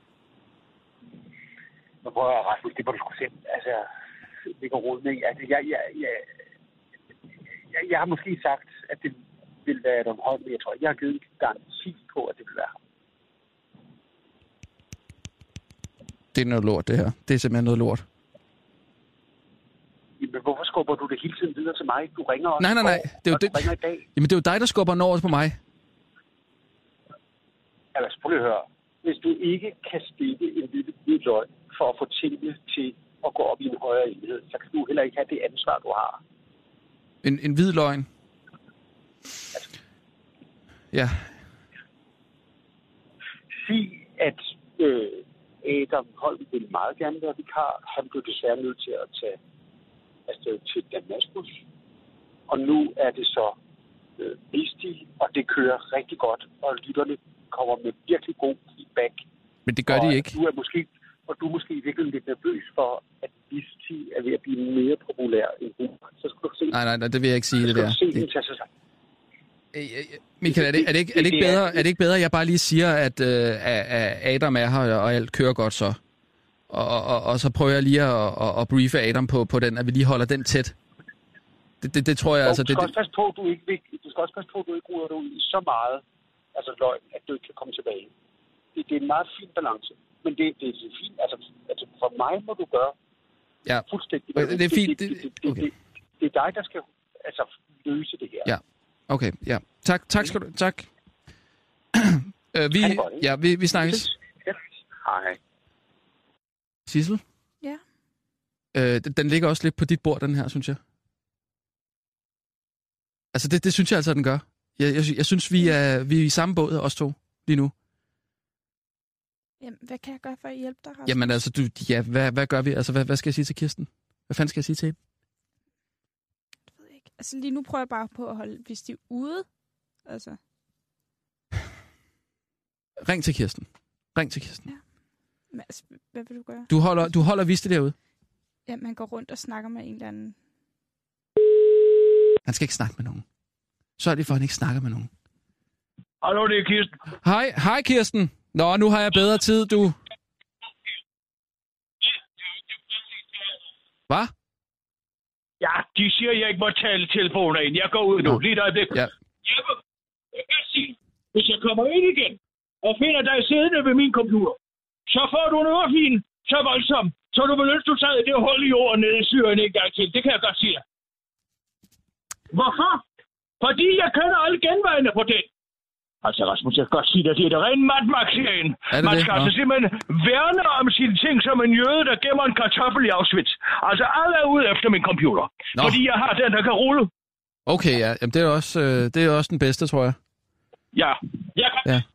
Nu prøver jeg, Rasmus, det må du sgu se. Altså, det går roligt med. Altså, jeg, jeg, jeg, jeg, jeg har måske sagt, at det vil være Adam Holm, men jeg tror, jeg har givet en garanti på, at det vil være ham. Det er noget lort, det her. Det er simpelthen noget lort. Jamen, hvorfor skubber du det hele tiden videre til mig? Du ringer også. Nej, nej, nej. Det er jo det. Du ringer i dag. Jamen, det er jo dig, der skubber den over på mig. Altså, prøv lige at høre. Hvis du ikke kan stikke en lille hvid løgn for at få tingene til at gå op i en højere enhed, så kan du heller ikke have det ansvar, du har. En, en hvid løgn? Altså, ja. sig, at øh, Adam Holm ville meget gerne være vikar. Han blev desværre nødt til at tage afsted til Damaskus. Og nu er det så øh, Visti, og det kører rigtig godt. Og lytterne kommer med virkelig god feedback. Men det gør og de ikke. Du er måske, og du er måske virkelig lidt nervøs for, at Visti er ved at blive mere populær end hun. Så skal du se. Nej, nej, nej, det vil jeg ikke sige, det der. Se, det... Michael, er det, er, det ikke, er, det ikke bedre, er det ikke bedre, at jeg bare lige siger, at øh, Adam er her, og alt kører godt så? Og, og, og så prøver jeg lige at, at, at briefe Adam på, på den, at vi lige holder den tæt. Det, det, det tror jeg og altså... Du skal det, også passe på, at du ikke, du skal også passe på, at du ikke ruder dig ud i så meget, altså løgn, at du ikke kan komme tilbage. Det, det er en meget fin balance. Men det, det er fint. Altså, altså, for mig må du gøre ja. fuldstændig. Det er fint. Det, det, det, det, okay. det, det, det er dig, der skal altså, løse det her. Ja. Okay, ja. Tak, tak skal du. Tak. øh, vi, godt, ja, vi, vi snakkes. Hej. Ja. Sissel? Øh, den, den ligger også lidt på dit bord, den her, synes jeg. Altså, det, det synes jeg altså, den gør. Jeg, jeg, jeg synes, vi er, vi er i samme båd, os to, lige nu. Jamen, hvad kan jeg gøre for at hjælpe dig, Rasmus? Jamen, altså, du, ja, hvad, hvad gør vi? Altså, hvad, hvad skal jeg sige til Kirsten? Hvad fanden skal jeg sige til hende? Jeg ved ikke. Altså, lige nu prøver jeg bare på at holde Visti ude. Altså. Ring til Kirsten. Ring til Kirsten. Ja. Men, altså, hvad vil du gøre? Du holder, du holder Visti derude? Ja, man går rundt og snakker med en eller anden. Han skal ikke snakke med nogen. Sørg lige for, at han ikke snakker med nogen. Hallo, det er Kirsten. Hej, hej Kirsten. Nå, nu har jeg bedre tid, du. Hvad? Ja, de siger, at jeg ikke må tale telefoner ind. Jeg går ud nu. Nå. Lige et øjeblik. Ja. Jeg, må, jeg kan sige, hvis jeg kommer ind igen og finder dig siddende ved min computer, så får du en ørefin så voldsom, så du vil ønske, du tager det hul i jorden nede i Syrien en gang til. Det kan jeg godt sige dig. Hvorfor? Fordi jeg kender alle genvejene på det. Altså, Rasmus, jeg kan godt sige dig, det er det rene matmarksserien. Man skal altså simpelthen værne om sine ting som en jøde, der gemmer en kartoffel i Auschwitz. Altså, alle er ude efter min computer. Nå. Fordi jeg har den, der kan rulle. Okay, ja. Jamen, det er også, øh, det er også den bedste, tror jeg. Ja. Jeg kan... Ja.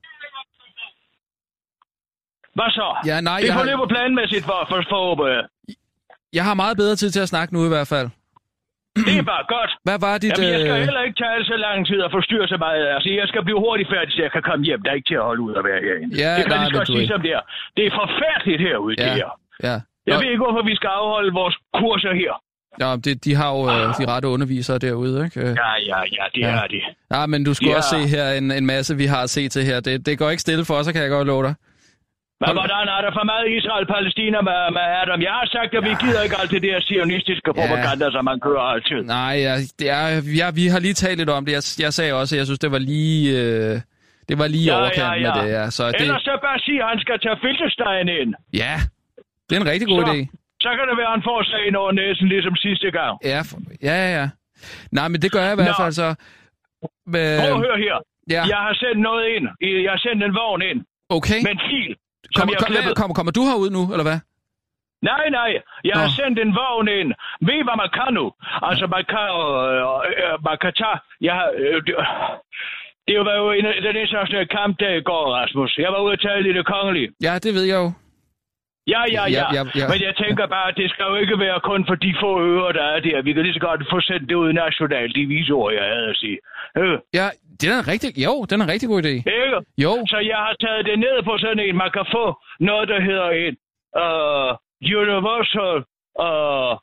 Hvad så? Ja, nej, det jeg får har... løbe planmæssigt for, for, for, for Jeg har meget bedre tid til at snakke nu i hvert fald. Det er bare godt. Hvad var dit... Jamen, jeg skal øh... heller ikke tage så lang tid og forstyrre så meget. Altså, jeg skal blive hurtigt færdig, så jeg kan komme hjem. Der er ikke til at holde ud og være herinde. Ja, det kan nej, jeg godt sige som det er. Det er forfærdeligt herude, ja, det her. Ja. Jeg Nå. ved ikke, hvorfor vi skal afholde vores kurser her. Ja, det, de har jo øh, de rette undervisere derude, ikke? Ja, ja, ja, det ja. er det. Ja, men du skulle ja. også se her en, en masse, vi har at se til her. Det, det går ikke stille for os, så kan jeg godt love dig. Men hvordan er der for meget Israel-Palæstina med, med Adam? Jeg har sagt, at vi gider ikke alt det der sionistiske propaganda, ja. som man kører altid. Nej, ja, det er, ja, vi har lige talt lidt om det. Jeg, jeg sagde også, at jeg synes, det var lige, øh, det var lige ja, overkant ja, ja. med det. Ja. Så det... Ellers så bare sige, at han skal tage filterstegen ind. Ja, det er en rigtig god så, idé. Så kan det være, at han får sagen over næsen, ligesom sidste gang. Ja, for, ja, ja, ja. Nej, men det gør jeg i hvert fald så. Men... Prøv at høre her. Ja. Jeg har sendt noget ind. Jeg har sendt en vogn ind. Okay. Med en fil. Kommer, kommer, kommer, kommer du herud nu, eller hvad? Nej, nej. Jeg Nå. har sendt en vogn ind. Ved I, hvad man kan nu? Altså, man kan, øh, øh, man kan tage... Jeg har, øh, det var jo en, den internationale kampdag i går, Rasmus. Jeg var ude at tale i det kongelige. Ja, det ved jeg jo. Ja, ja, ja. ja, ja, ja. Men jeg tænker bare, at det skal jo ikke være kun for de få ører, der er der. Vi kan lige så godt få sendt det ud nationalt, de visord, jeg havde at sige. Øh. Ja, det er en rigtig... Jo, det er en rigtig god idé. Ikke? Jo. Så jeg har taget det ned på sådan en. Man kan få noget, der hedder en uh, Universal uh,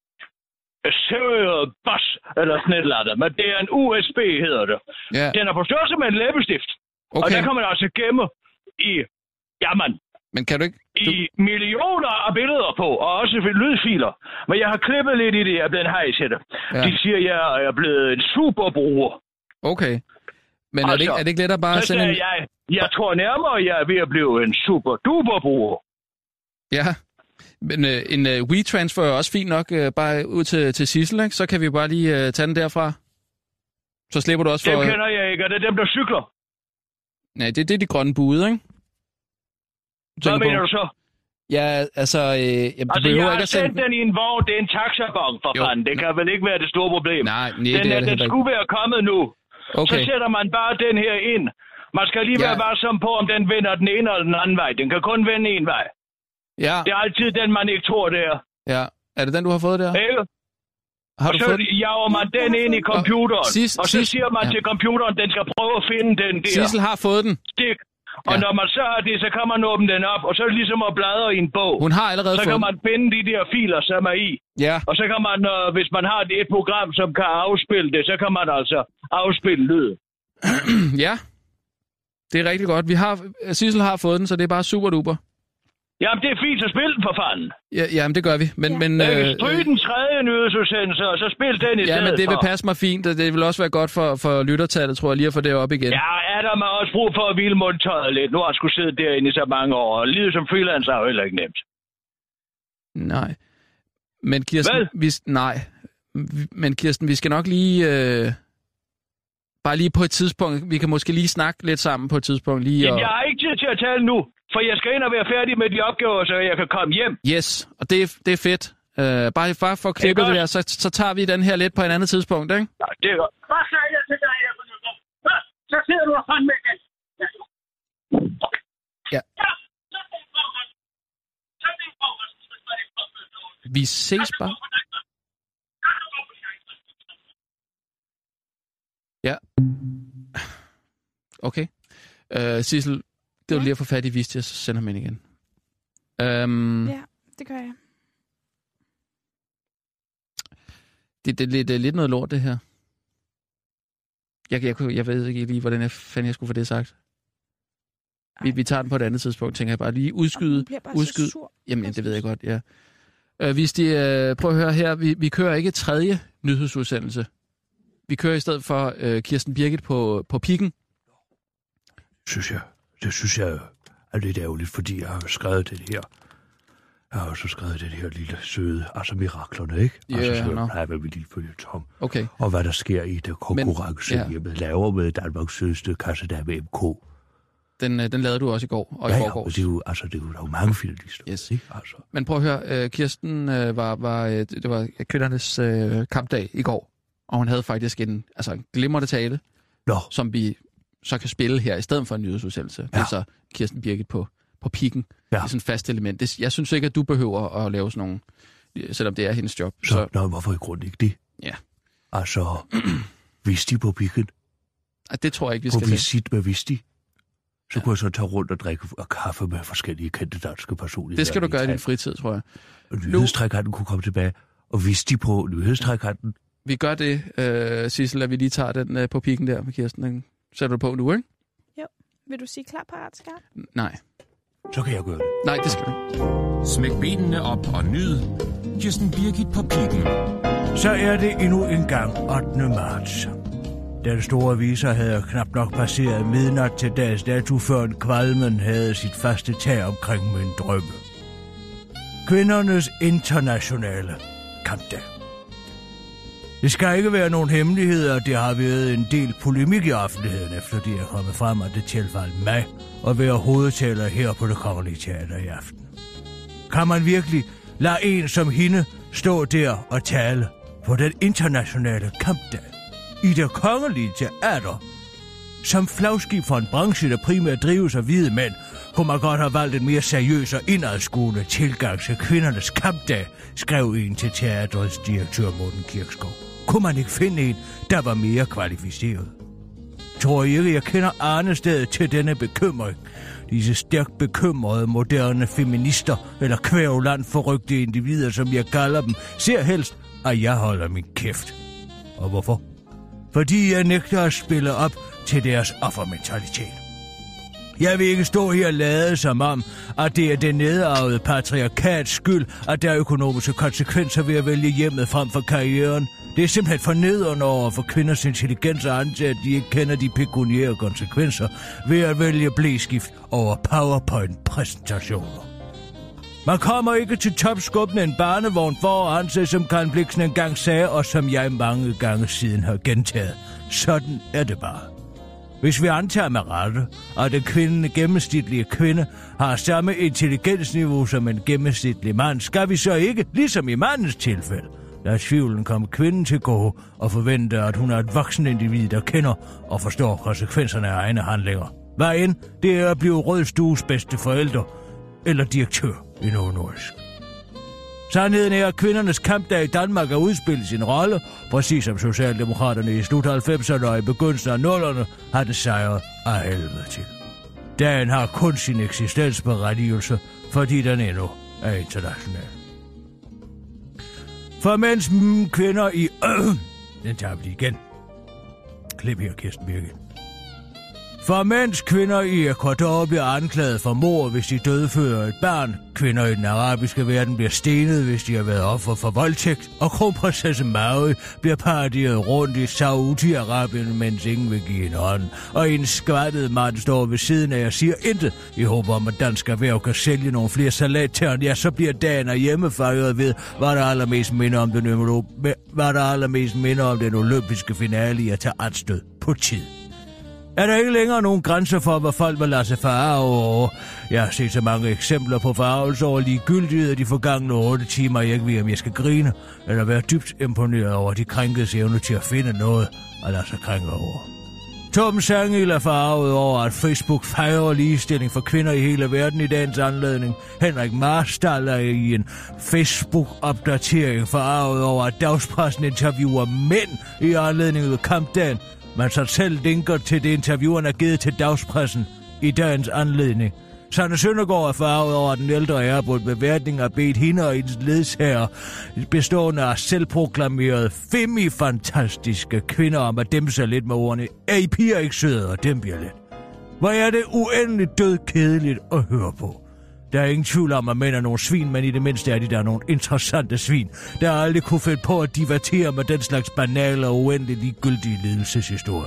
Serial Bus, eller sådan et eller andet. Men det er en U S B, hedder det. Ja. Den er på størrelse med en læbestift. Okay. Og der kan man altså gemme i... Jamen... Men kan du ikke... Du... I millioner af billeder på, og også lydfiler. Men jeg har klippet lidt i det, jeg er blevet hej til det. Ja. De siger, at jeg er blevet en superbruger. Okay. Men altså, er, det ikke, er det ikke lettere bare at sende en... jeg, jeg tror nærmere, at jeg er ved at blive en super-duper-bruger. Ja. Men øh, en øh, WeTransfer er også fint nok, øh, bare ud til, til Sissel, ikke? Så kan vi bare lige øh, tage den derfra. Så slipper du også for... Dem kender jeg ikke, og det er dem, der cykler. Nej, det, det er de grønne bude, ikke? Hvad mener du så? Ja, altså... Øh, jeg altså, jeg har sendt sende... den i en vogn. Det er en taxabon, for fanden. Det kan vel ikke være det store problem. Nej, nej, den, det er den, det den skulle være kommet nu. Okay. Så sætter man bare den her ind. Man skal lige være ja. varsom på, om den vender den ene eller den anden vej. Den kan kun vende en vej. Ja. Det er altid den, man ikke tror, det er. Ja. Er det den, du har fået der? Ikke? Har og du så fået... jager man den ind i computeren, Sis, og så Sis, siger man ja. til computeren, den skal prøve at finde den der. Sissel har fået den. Stik. Og ja. når man så har det, så kan man åbne den op, og så er det ligesom at bladre i en bog. Hun har allerede så fået kan man finde de der filer, som er i. Ja. Og så kan man, øh, hvis man har et program, som kan afspille det, så kan man altså afspille lyd. Ja. Det er rigtig godt. Vi har, Sissel har fået den, så det er bare super duper. Jamen, det er fint, så spil den for fanden. Ja, jamen, det gør vi. Men, ja. men, øh, Stryg den tredje nyhedsudsendelse, og så spil den i ja, stedet men det vil for. passe mig fint, og det vil også være godt for, for lyttertallet, tror jeg, lige at få det op igen. Ja, er der mig også brug for at hvile mundtøjet lidt. Nu har jeg sgu siddet derinde i så mange år, og livet som freelancer er jo heller ikke nemt. Nej. Men Kirsten, vi, nej. Men Kirsten, vi skal nok lige... Øh, bare lige på et tidspunkt, vi kan måske lige snakke lidt sammen på et tidspunkt. Lige Jamen, og... jeg har ikke tid til at tale nu, for jeg skal ind og være færdig med de opgaver, så jeg kan komme hjem. Yes, og det er, det er fedt. Uh, bare, bare for at klippe det, det der, så, så tager vi den her lidt på et andet tidspunkt, ikke? Ja, det er godt. Hvad sagde jeg til dig her? Så sidder du og fandt med igen. Ja. Vi ses bare. Ja. Okay. Uh, Sissel, det er jo lige at få fat i Vistia, så sender man igen. Um, ja, det gør jeg. Det, det, det, det er lidt noget lort, det her. Jeg, jeg, jeg ved ikke lige, hvordan jeg fanden jeg skulle få det sagt. Vi, vi tager den på et andet tidspunkt, tænker jeg bare lige. Udskyde, udskyde. Jamen, det ved jeg godt, ja. Uh, hvis de, uh, prøv at høre her, vi, vi kører ikke tredje nyhedsudsendelse. Vi kører i stedet for uh, Kirsten Birgit på, på pikken. Synes jeg, det synes jeg er lidt ærgerligt, fordi jeg har skrevet det her. Jeg har også skrevet det her lille søde, altså miraklerne, ikke? Ja, yeah, altså, så no. plejer vi lige følge tom. Okay. Og hvad der sker i det konkurrence, Men, ja. hjemme laver med Danmarks sødeste kasse, der med M K. Den, den lavede du også i går, og ja, i forgårs. Ja, det er jo, altså, det er jo, der er jo mange finalister. Yes. Ikke? Altså. Men prøv at høre, Kirsten øh, var, var, det var kvindernes øh, kampdag i går, og hun havde faktisk en, altså en glimrende tale, Nå. som vi så kan spille her, i stedet for en nyhedsudsendelse. Ja. Det er så Kirsten Birgit på, på pikken. Ja. Det er sådan et fast element. Det, jeg synes ikke, at du behøver at lave sådan nogle, selvom det er hendes job. Så, så... Nå, hvorfor i grund ikke det? Ja. Altså, Visti på pikken? Ej, det tror jeg ikke, vi på skal På visit med Visti? Så ja. kunne jeg så tage rundt og drikke kaffe med forskellige kendte danske personligheder. Det skal du gøre i din fritid, tror jeg. Og nyhedstrækkanten kunne komme tilbage, og Visti på nyhedstrækkanten. Vi gør det, øh, Sissel, at vi lige tager den øh, på pikken der med Kirsten. Den sætter du på nu, ikke? Jo. Vil du sige klar, parat, skarp? Nej. Så kan jeg gøre det. Nej, det skal du ikke. Smæk benene op og nyd Kirsten Birgit på pikken. Så er det endnu en gang ottende marts. Den store viser havde knap nok passeret midnat til dags dato, før en kvalmen havde sit faste tag omkring min drømme. Kvindernes internationale kampdag. Det skal ikke være nogen hemmeligheder, det har været en del polemik i offentligheden, efter det er kommet frem, at det tilfaldt mig at være hovedtaler her på Det Kongelige Teater i aften. Kan man virkelig lade en som hende stå der og tale på den internationale kampdag i Det Kongelige Teater? Som flagskib for en branche, der primært drives af hvide mænd, kunne man godt have valgt en mere seriøs og indadskuende tilgang til kvindernes kampdag, skrev en til teatrets direktør Morten Kirkskov. Kunne man ikke finde en, der var mere kvalificeret? Tror I ikke, jeg kender arnestedet til denne bekymring? Disse stærkt bekymrede moderne feminister, eller kvævland forrygte individer, som jeg kalder dem, ser helst, at jeg holder min kæft. Og hvorfor? Fordi jeg nægter at spille op til deres offermentalitet. Jeg vil ikke stå her og lade som om, at det er den nedarvede patriarkats skyld, at der er økonomiske konsekvenser ved at vælge hjemmet frem for karrieren. Det er simpelthen fornedrende over for kvinders intelligens at antage, at de ikke kender de pekuniære konsekvenser ved at vælge blæskift over PowerPoint-præsentationer. Man kommer ikke til topskub med en barnevogn foran sig, som Karen Blixen engang sagde, og som jeg mange gange siden har gentaget. Sådan er det bare. Hvis vi antager med rette, at den kvinde, gennemsnitlige kvinde har samme intelligensniveau som en gennemsnitlig mand, skal vi så ikke, ligesom i mandens tilfælde, lad tvivlen komme kvinden til gode og forvente, at hun er et voksen individ, der kender og forstår konsekvenserne af egne handlinger. Hvad end det er at blive rødstues bedste forældre eller direktør. i nordnorsk. Sandheden er, at kvindernes kampdag i Danmark har udspillet sin rolle, præcis som Socialdemokraterne i slut halvfemserne og i begyndelsen af nullerne har det sejret af helvede til. Dagen har kun sin eksistensberettigelse, fordi den endnu er international. For mens kvinder i... Øh, den tager vi igen. Klip her, Kirsten Birgit. For mens kvinder i Ecuador bliver anklaget for mord, hvis de dødføder et barn, kvinder i den arabiske verden bliver stenet, hvis de har været offer for voldtægt, og kronprinsesse Maui bliver paradieret rundt i Saudi-Arabien, mens ingen vil give en hånd, og en skvattet mand står ved siden af og siger intet, i håb om, at dansk erhverv kan sælge nogle flere salattern, ja, så bliver dagen af hjemmefejret ved, hvad der allermest minder om den, hvad der allermest minder om den olympiske finale i at tage anstød på tid. Er der ikke længere nogen grænser for, hvad folk vil lade sig farve over? Jeg har set så mange eksempler på farvelse over ligegyldighed af de forgangne otte timer, jeg ikke ved, om jeg skal grine, eller være dybt imponeret over de krænkedes evne til at finde noget og lade sig krænke over. Torben Sangel er farvet over, at Facebook fejrer ligestilling for kvinder i hele verden i dagens anledning. Henrik Marstal er i en Facebook-opdatering farvet over, at dagspressen interviewer mænd i anledning af kampdagen. Man så selv linker til det, interviewerne er givet til dagspressen i dagens anledning. Sanne Søndergaard er farvet over, at den ældre ærbåd beværtning har bedt hende og hendes ledsager, bestående af selvproklamerede femi-fantastiske kvinder, om at dæmpe sig lidt med ordene. Er I piger ikke søde, og dem bliver lidt? Hvor er det uendeligt død kedeligt at høre på. Der er ingen tvivl om, at mænd er nogle svin, men i det mindste er de der nogle interessante svin, der aldrig kunne finde på at divertere med den slags banale og uendeligt ligegyldige lidelseshistorier.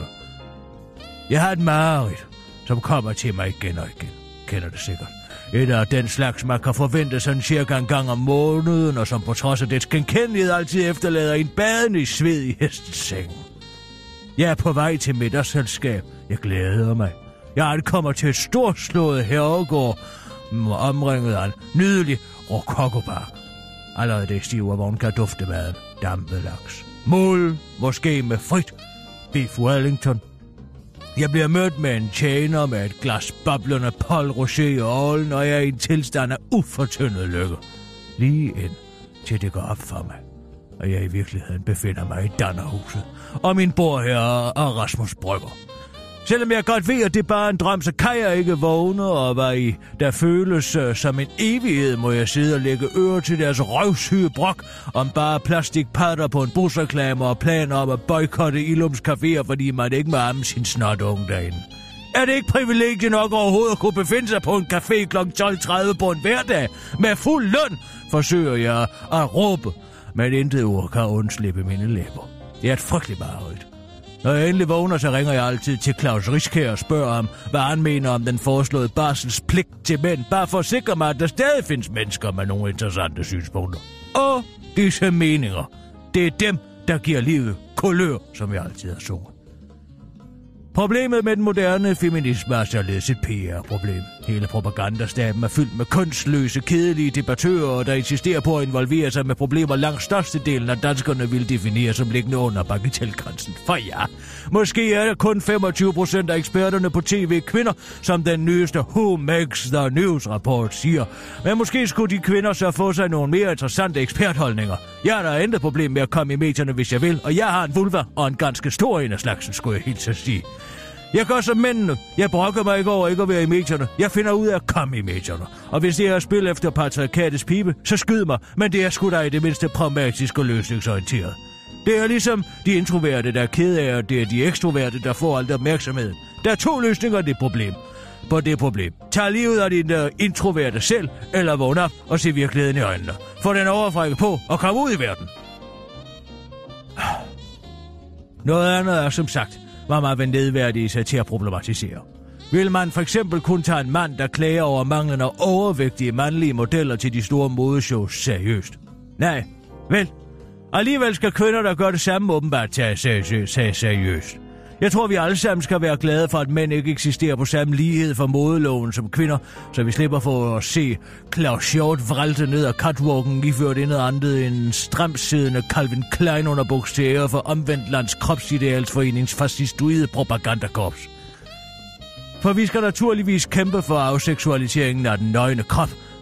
Jeg har et mareridt, som kommer til mig igen og igen. Kender det sikkert. Et af den slags, man kan forvente sådan cirka en gang om måneden, og som på trods af dets genkendelighed altid efterlader en badende i sved i hestens seng. Jeg er på vej til middagsselskab. Jeg glæder mig. Jeg ankommer til et storslået herregård, omringet af en nydelig rokokopark. Allerede det stive, hvor hun kan dufte maden. Dampet laks. Mål, måske med frit. Beef Wellington. Jeg bliver mødt med en tjener med et glas boblende Paul Rocher i ålen, og jeg er i en tilstand af ufortyndet lykke. Lige ind til det går op for mig, og jeg i virkeligheden befinder mig i Dannerhuset. Og min bror her er Rasmus Brygger. Selvom jeg godt ved, at det er bare en drøm, så kan jeg ikke vågne, og hvad i der føles uh, som en evighed, må jeg sidde og lægge øre til deres røvsyge brok om bare plastikpatter på en busreklame og planer om at boykotte Ilums caféer, fordi man ikke må amme sin snot unge derinde. Er det ikke privilegie nok overhovedet at kunne befinde sig på en café klokken tolv tredive på en hverdag med fuld løn, forsøger jeg at råbe, men intet ord kan undslippe mine læber. Det er et frygteligt mareridt. Når jeg endelig vågner, så ringer jeg altid til Claus Riskær og spørger ham, hvad han mener om den foreslåede barselspligt til mænd, bare for at sikre mig, at der stadig findes mennesker med nogle interessante synspunkter. Og disse meninger, det er dem, der giver livet kulør, som jeg altid har sunget. Problemet med den moderne feminisme er således et P R-problem. Hele propagandastaben er fyldt med kunstløse, kedelige debattører, der insisterer på at involvere sig med problemer langt størstedelen af danskerne vil definere som liggende under bagatelgrænsen. For ja, måske er der kun femogtyve procent af eksperterne på tv kvinder, som den nyeste Who Makes the News-rapport siger. Men måske skulle de kvinder så få sig nogle mere interessante ekspertholdninger. Jeg er der intet problem med at komme i medierne, hvis jeg vil, og jeg har en vulva og en ganske stor en af slagsen, skulle jeg helt så sige. Jeg gør som mændene. Jeg brokker mig ikke over ikke at være i medierne. Jeg finder ud af at komme i medierne. Og hvis det er at spille efter patriarkatets pibe, så skyd mig. Men det er sgu da i det mindste pragmatisk og løsningsorienteret. Det er ligesom de introverte, der er ked af, og det er de ekstroverte, der får alt opmærksomheden. Der er to løsninger af det problem. På det problem. Tag livet af din uh, introverte selv, eller vågn op og se virkeligheden i øjnene. Få den overfrække på og kom ud i verden. Noget andet er som sagt, hvad man vil nedværdige sig til at problematisere. Vil man for eksempel kun tage en mand, der klager over manglen af overvægtige mandlige modeller til de store modeshows seriøst? Nej, vel. Alligevel skal kvinder, der gør det samme, åbenbart tage seriøst. Jeg tror, vi alle sammen skal være glade for, at mænd ikke eksisterer på samme lighed for modeloven som kvinder, så vi slipper for at se Claus Hjort vralte ned ad catwalken, iført intet andet end stramsiddende Calvin Klein under bogstaver for omvendtlands kropsidealsforenings fascistoide propagandakorps. For vi skal naturligvis kæmpe for afseksualiseringen af den nøgne krop,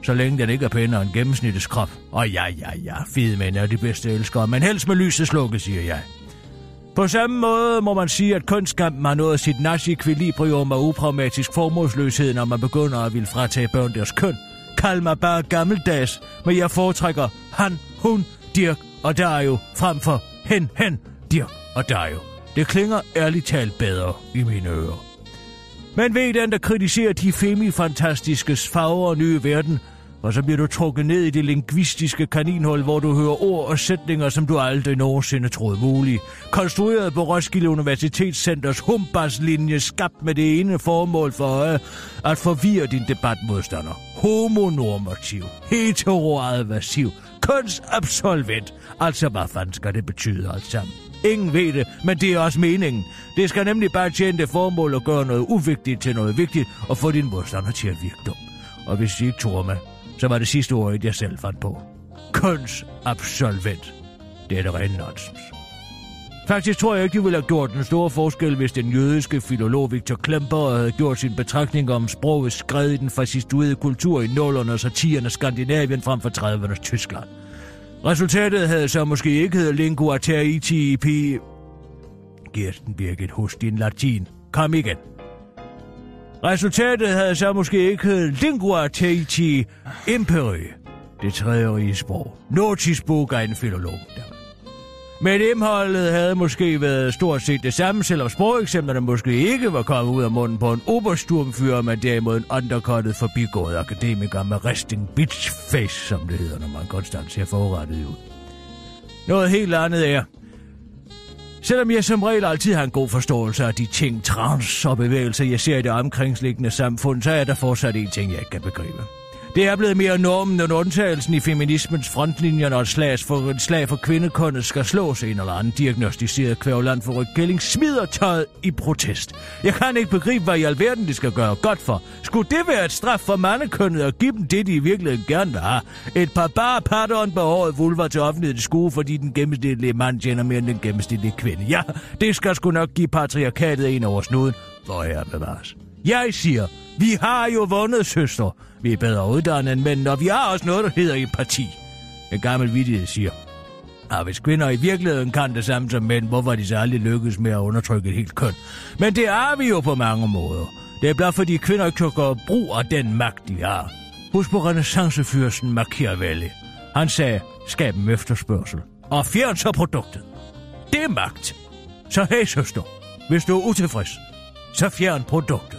så længe den ikke er pænere end gennemsnittets krop. Og ja, ja, ja, fede mænd er de bedste elskere, men helst med lyset slukket, siger jeg. På samme måde må man sige, at kunstkampen har nået sit nazi-ekvilibrium og upragmatisk formålsløshed, når man begynder at ville fratage børn deres køn. Kald mig bare gammeldags, men jeg foretrækker han, hun, Dirk og Dario frem for hen, hen, Dirk og Dario. Det klinger ærligt talt bedre i mine ører. Men ved den, der kritiserer de femi-fantastiske farver og nye verden, og så bliver du trukket ned i det lingvistiske kaninhul, hvor du hører ord og sætninger, som du aldrig nogensinde troede mulige. Konstrueret på Roskilde Universitetscenters Humbas-linje, skabt med det ene formål for øje, at forvirre din debatmodstander. Homonormativ, heteroadversiv, kønsabsolvent. Altså, hvad fanden skal det betyde alt sammen? Ingen ved det, men det er også meningen. Det skal nemlig bare tjene det formål at gøre noget uvigtigt til noget vigtigt, og få din modstander til at virke dum. Og hvis I ikke tror mig, så var det sidste ord, jeg selv fandt på. Kønsabsolvent. Det er det rene nonsens. Faktisk tror jeg ikke, de ville have gjort den store forskel, hvis den jødiske filolog Victor Klemper havde gjort sin betragtning om sprogets skred i den fascistoide kultur i nullerne og satirernes Skandinavien frem for tredivernes Tyskland. Resultatet havde så måske ikke heddet lingua tertii. Kirsten Birgit, hos din latin. Kom igen. Resultatet havde så måske ikke heddet lingua tertii imperi. Det tredje rige sprog. Notisbog af en filolog. Men indholdet havde måske været stort set det samme, selvom sprogeksemplerne måske ikke var kommet ud af munden på en obersturmfyrer, men derimod en undercuttet forbigået akademiker med resting bitch face, som det hedder, når man konstant ser forrettet ud. Noget helt andet er, selvom jeg som regel altid har en god forståelse af de ting, trans og bevægelser, jeg ser i det omkringliggende samfund, så er der fortsat en ting, jeg ikke kan begribe. Det er blevet mere normen end undtagelsen i feminismens frontlinjer, når et slag for, et slag for kvindekundet skal slås. En eller anden diagnostiseret kvævland for rygkælling smider tøjet i protest. Jeg kan ikke begribe, hvad i alverden de skal gøre godt for. Skulle det være et straf for mandekønnet at give dem det, de i virkeligheden gerne vil have? Et par bare patter og en behåret vulva til offentligheden skue, fordi den gennemsnitlige mand tjener mere end den gennemsnitlige kvinde. Ja, det skal sgu nok give patriarkatet en over snuden. Hvor er bevares. Jeg siger, vi har jo vundet, søster. Vi er bedre uddannet end mænd, og vi har også noget, der hedder empati. En gammel vittighed siger, at hvis kvinder i virkeligheden kan det samme som mænd, hvorfor er de så aldrig lykkes med at undertrykke et helt køn? Men det er vi jo på mange måder. Det er blot fordi kvinder ikke kan gøre brug af den magt, de har. Husk på renæssancefyrsten Machiavelli. Han sagde, skab en efterspørgsel, og fjern så produktet. Det er magt. Så hey, søster, hvis du er utilfreds, så fjern produktet.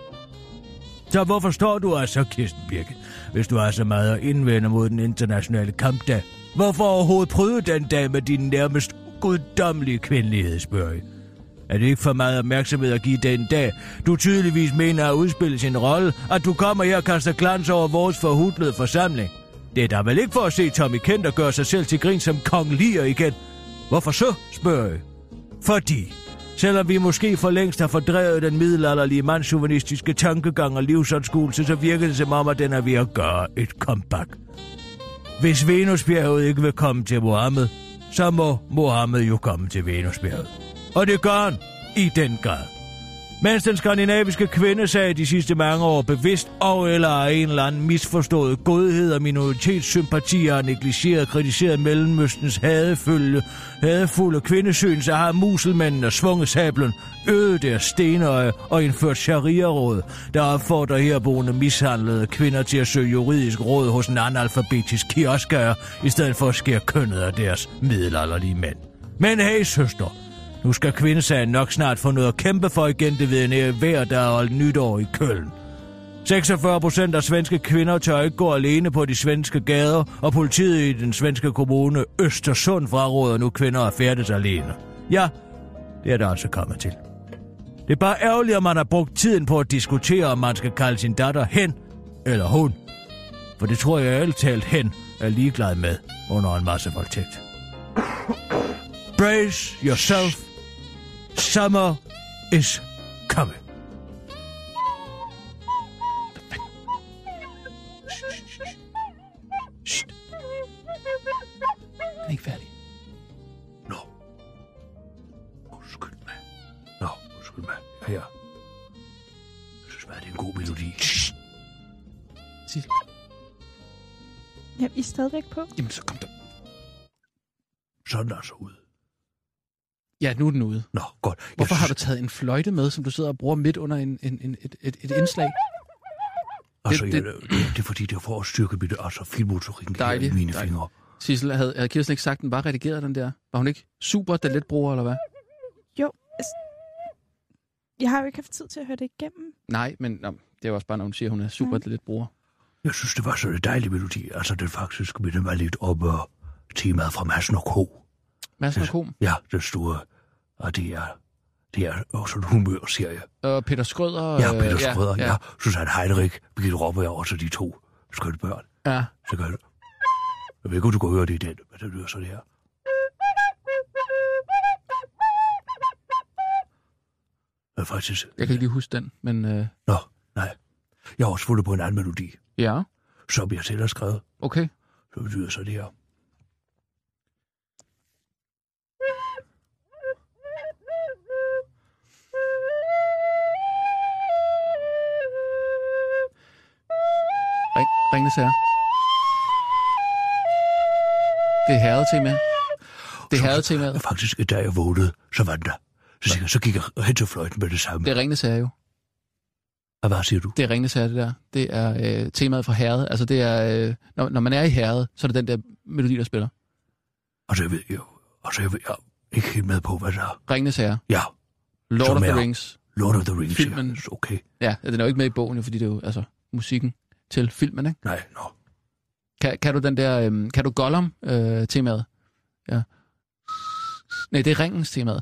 Så hvorfor står du altså, Kirsten Birke, hvis du har så meget at indvende mod den internationale kampdag? Hvorfor overhovedet prøve den dag med din nærmest guddommelige kvindelighed, spørger I? Er det ikke for meget opmærksomhed at give den dag, du tydeligvis mener at udspille sin rolle, at du kommer her og kaster glans over vores forhudlede forsamling? Det er da vel ikke for at se Tommy Kent og gøre sig selv til grin som kong Lear igen? Hvorfor så, spørger I? Fordi... Selvom vi måske for længst har fordrevet den middelalderlige mandschauvinistiske tankegang og livsanskuelse, så virker det som om, at den er ved at gøre et comeback. Hvis Venusbjerget ikke vil komme til Mohammed, så må Mohammed jo komme til Venusbjerget. Og det gør han i den grad. Mens den skandinaviske kvindesag de sidste mange år bevidst og eller af en eller anden misforstået godhed og minoritetssympati har negligeret og kritiseret Mellemøstens hadefulde, hadefulde kvindesyn, så har muselmændene svunget sablen, øget deres stenøje og indført sharia-råd, der opfordrer herboende mishandlede kvinder til at søge juridisk råd hos en analfabetisk kioskærer, i stedet for at skære kønnet af deres middelalderlige mænd. Men hey, søster, nu skal kvindesagen nok snart få noget at kæmpe for igen, det ved en hver, der er holdt nytår i Køln. seksogfyrre procent af svenske kvinder tør ikke gå alene på de svenske gader, og politiet i den svenske kommune Østersund fraråder nu kvinder at færdes alene. Ja, det er der altså kommet til. Det er bare ærgerligt, at man har brugt tiden på at diskutere, om man skal kalde sin datter hen eller hun. For det tror jeg ærligt talt hen er ligeglad med under en masse voldtægt. Brace yourself. Summer is coming. Shh. Den er ikke færdig. Nå. Undskyld mig. Nå, undskyld mig. Her. Jeg synes bare, det er en god melodi. Shh. Sig. Ja, I er stadigvæk på. Jamen, så kom der. Så er den altså ude. Ja, nu er den ude. Nå, godt. Hvorfor synes... har du taget en fløjte med, som du sidder og bruger midt under en, en, en, et, et, et indslag? Altså, det, det, det, det, det er fordi, det er for at styrke mit, altså, filmmotorikken her i mine dejligt. fingre. Sissel, havde, havde Kirsten ikke sagt, den var redigeret, den der? Var hun ikke super talentbruger, eller hvad? Jo, altså, jeg har jo ikke haft tid til at høre det igennem. Nej, men nå, det er jo også bare, når hun siger, at hun er super talentbruger. Jeg synes, det var så en dejlig melodi. Altså, den faktisk minder mig lidt om uh, temaet fra Madsen og K. Madsen og K? Ja, den store. Og det er, det er også en humørserie. Og Peter Skrøder. Ja, Peter øh, Skrøder, ja. ja. ja. Susanne Heinrich, Birgitte Ropper og også de to skønne børn. Ja. Så gør det. Jeg ved ikke, om du kan høre det i den, men det lyder så det her. Ja, faktisk. Jeg kan ikke lige huske den, men... Øh... Nå, nej. Jeg har også fundet på en anden melodi. Ja. Som jeg selv har skrevet. Okay. Så betyder så det her. Ring, Ringnes Herre. Det er herretema. Det er herretemaet. Faktisk, da jeg vågnede, så var den der. Så, ja. så gik jeg hen til fløjten med det samme. Det er Ringnes Herre jo. Og hvad siger du? Det er Ringnes Herre, det der. Det er øh, temaet fra herret. Altså det er, øh, når, når man er i herret, så er det den der melodi, der spiller. Og så jeg ved jo, og så jeg ved jeg er ikke helt med på, hvad der er. Ringnes Herre. Ja. Lord of the Rings. Lord of the Rings, filmen. Ja. Okay. Ja, den er jo ikke med i bogen, jo, fordi det er jo altså musikken til filmen, ikke? Nej, nå. Kan, kan du den der, øhm, kan du Gollum øh, temaet? Ja. Nej, det er Ringens temaet.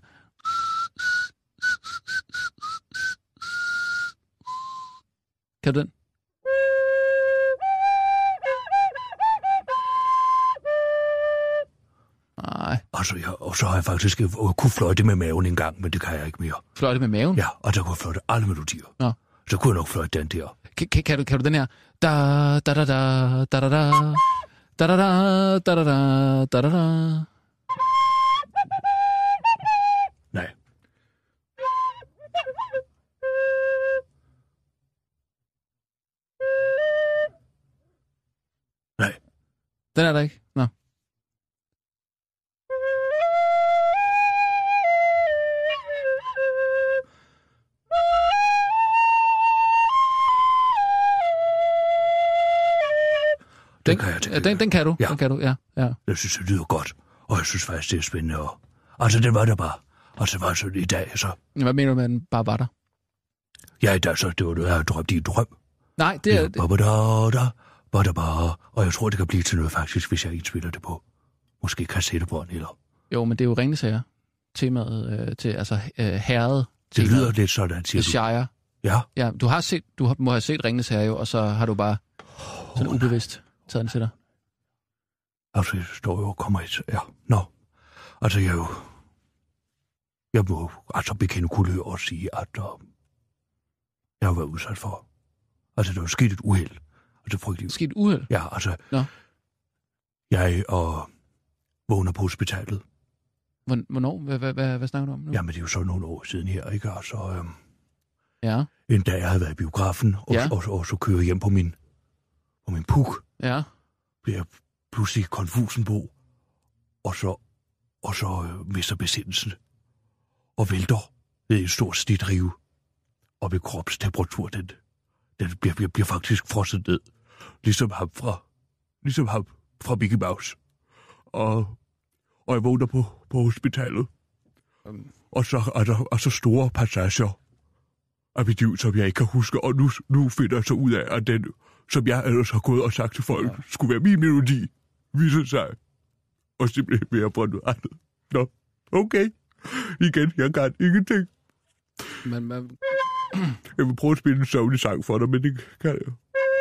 Kan du den? Nej. Altså, jeg, og så har jeg faktisk kunne fløjte med maven en gang, men det kan jeg ikke mere. Fløjte med maven? Ja, og der kunne jeg fløjte alle melodier. Nå. Så kunne jeg nok fløjte den der. Kan, kan, kan, du, kan du den her? Da da da da da da da da da da da da da da da. Nej. Nej. Den er der ikke? Nå. Den, den kan jeg til. Ja, den, den kan du. Ja. Den kan du, ja. ja. Jeg synes, det lyder godt. Og jeg synes faktisk, det er spændende. Og... Altså, den var der bare. Og så var sådan i dag, så... Hvad mener du med, at den bare var der? Ja, i dag, så det var noget, jeg havde drømt i en drøm. Nej, det er... Ja, ba da bare. Og jeg tror, det kan blive til noget faktisk, hvis jeg indspiller det på. Måske kassettebånd eller... Jo, men det er jo Ringnes Herre. Temaet øh, til, altså øh, herret. Det lyder lidt sådan, siger du. Shire. Ja. Ja, du har set, du må have set Ringnes Herre jo, og så har du bare sådan oh, ubevidst taget den til dig. Altså, jeg står jo og kommer et... Ja, nå. Altså, jeg jo... Jeg må altså bekende kulør og sige, at uh, jeg har været udsat for... Altså, der er jo sket et uheld. Altså, frygteligt. Sket et uheld? Ja, altså... Nå. Jeg og vågner på hospitalet. Hvornår? Hvad, hvad, hvad, hvad snakker du om nu? Jamen, det er jo så nogle år siden her, ikke? Altså, øhm, ja. En dag, jeg havde været i biografen, og, ja. og, og, og så kører jeg hjem på min, på min puk. Ja. Bliver jeg pludselig konfusen på, og så, og så øh, mister besindelsen, og vælter ved en stor snittrive, og med kropstemperatur, den, den bliver, bliver, bliver faktisk frosset ned, ligesom ham fra, ligesom ham fra Mickey Mouse. Og, og jeg vågner på, på hospitalet, um. og så er der og så store passager af mit liv, som jeg ikke kan huske, og nu, nu finder jeg så ud af, at den, som jeg ellers har gået og sagt til folk, ja. skulle være min melodi, viser sig, og simpelthen være på noget andet. Nå, okay. Igen, jeg kan ingenting. Men, men... Jeg vil prøve at spille en sørgelig sang for dig, men det kan jeg.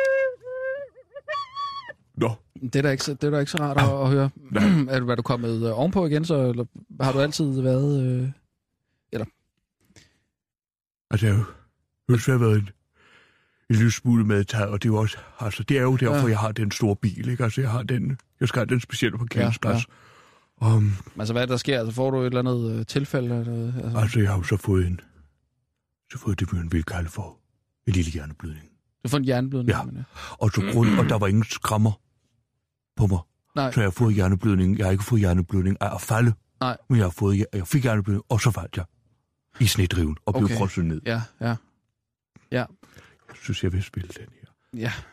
Nå. Det er da ikke så, det er da ikke så rart at, at høre. Er du, er du kommet øh, ovenpå igen, så eller har du altid været... Øh, eller? Altså, jeg har jo været en, en lille smule medtaget, og det er jo også... Altså, det er jo derfor, ja. jeg har den store bil, ikke? Altså, jeg har den... Jeg skal have den specielle parkeringsplads. Ja, ja. Um, altså, hvad der sker? Altså, får du et eller andet øh, tilfælde? Eller noget? Altså... altså, jeg har jo så fået en... Så fået det, man vil kalde for en lille hjerneblødning. Du får en hjerneblødning? Ja, og, så grund, og der var ingen skrammer. på mig. Nej. Så jeg har fået hjerneblødning. Jeg har ikke fået hjerneblødning af at falde. Nej. Men jeg har fået, jeg fik hjerneblødning, og så faldt jeg i snedriven og blev Okay. frosset ned. Ja, ja. Ja. Jeg synes, jeg vil spille den her. Ja.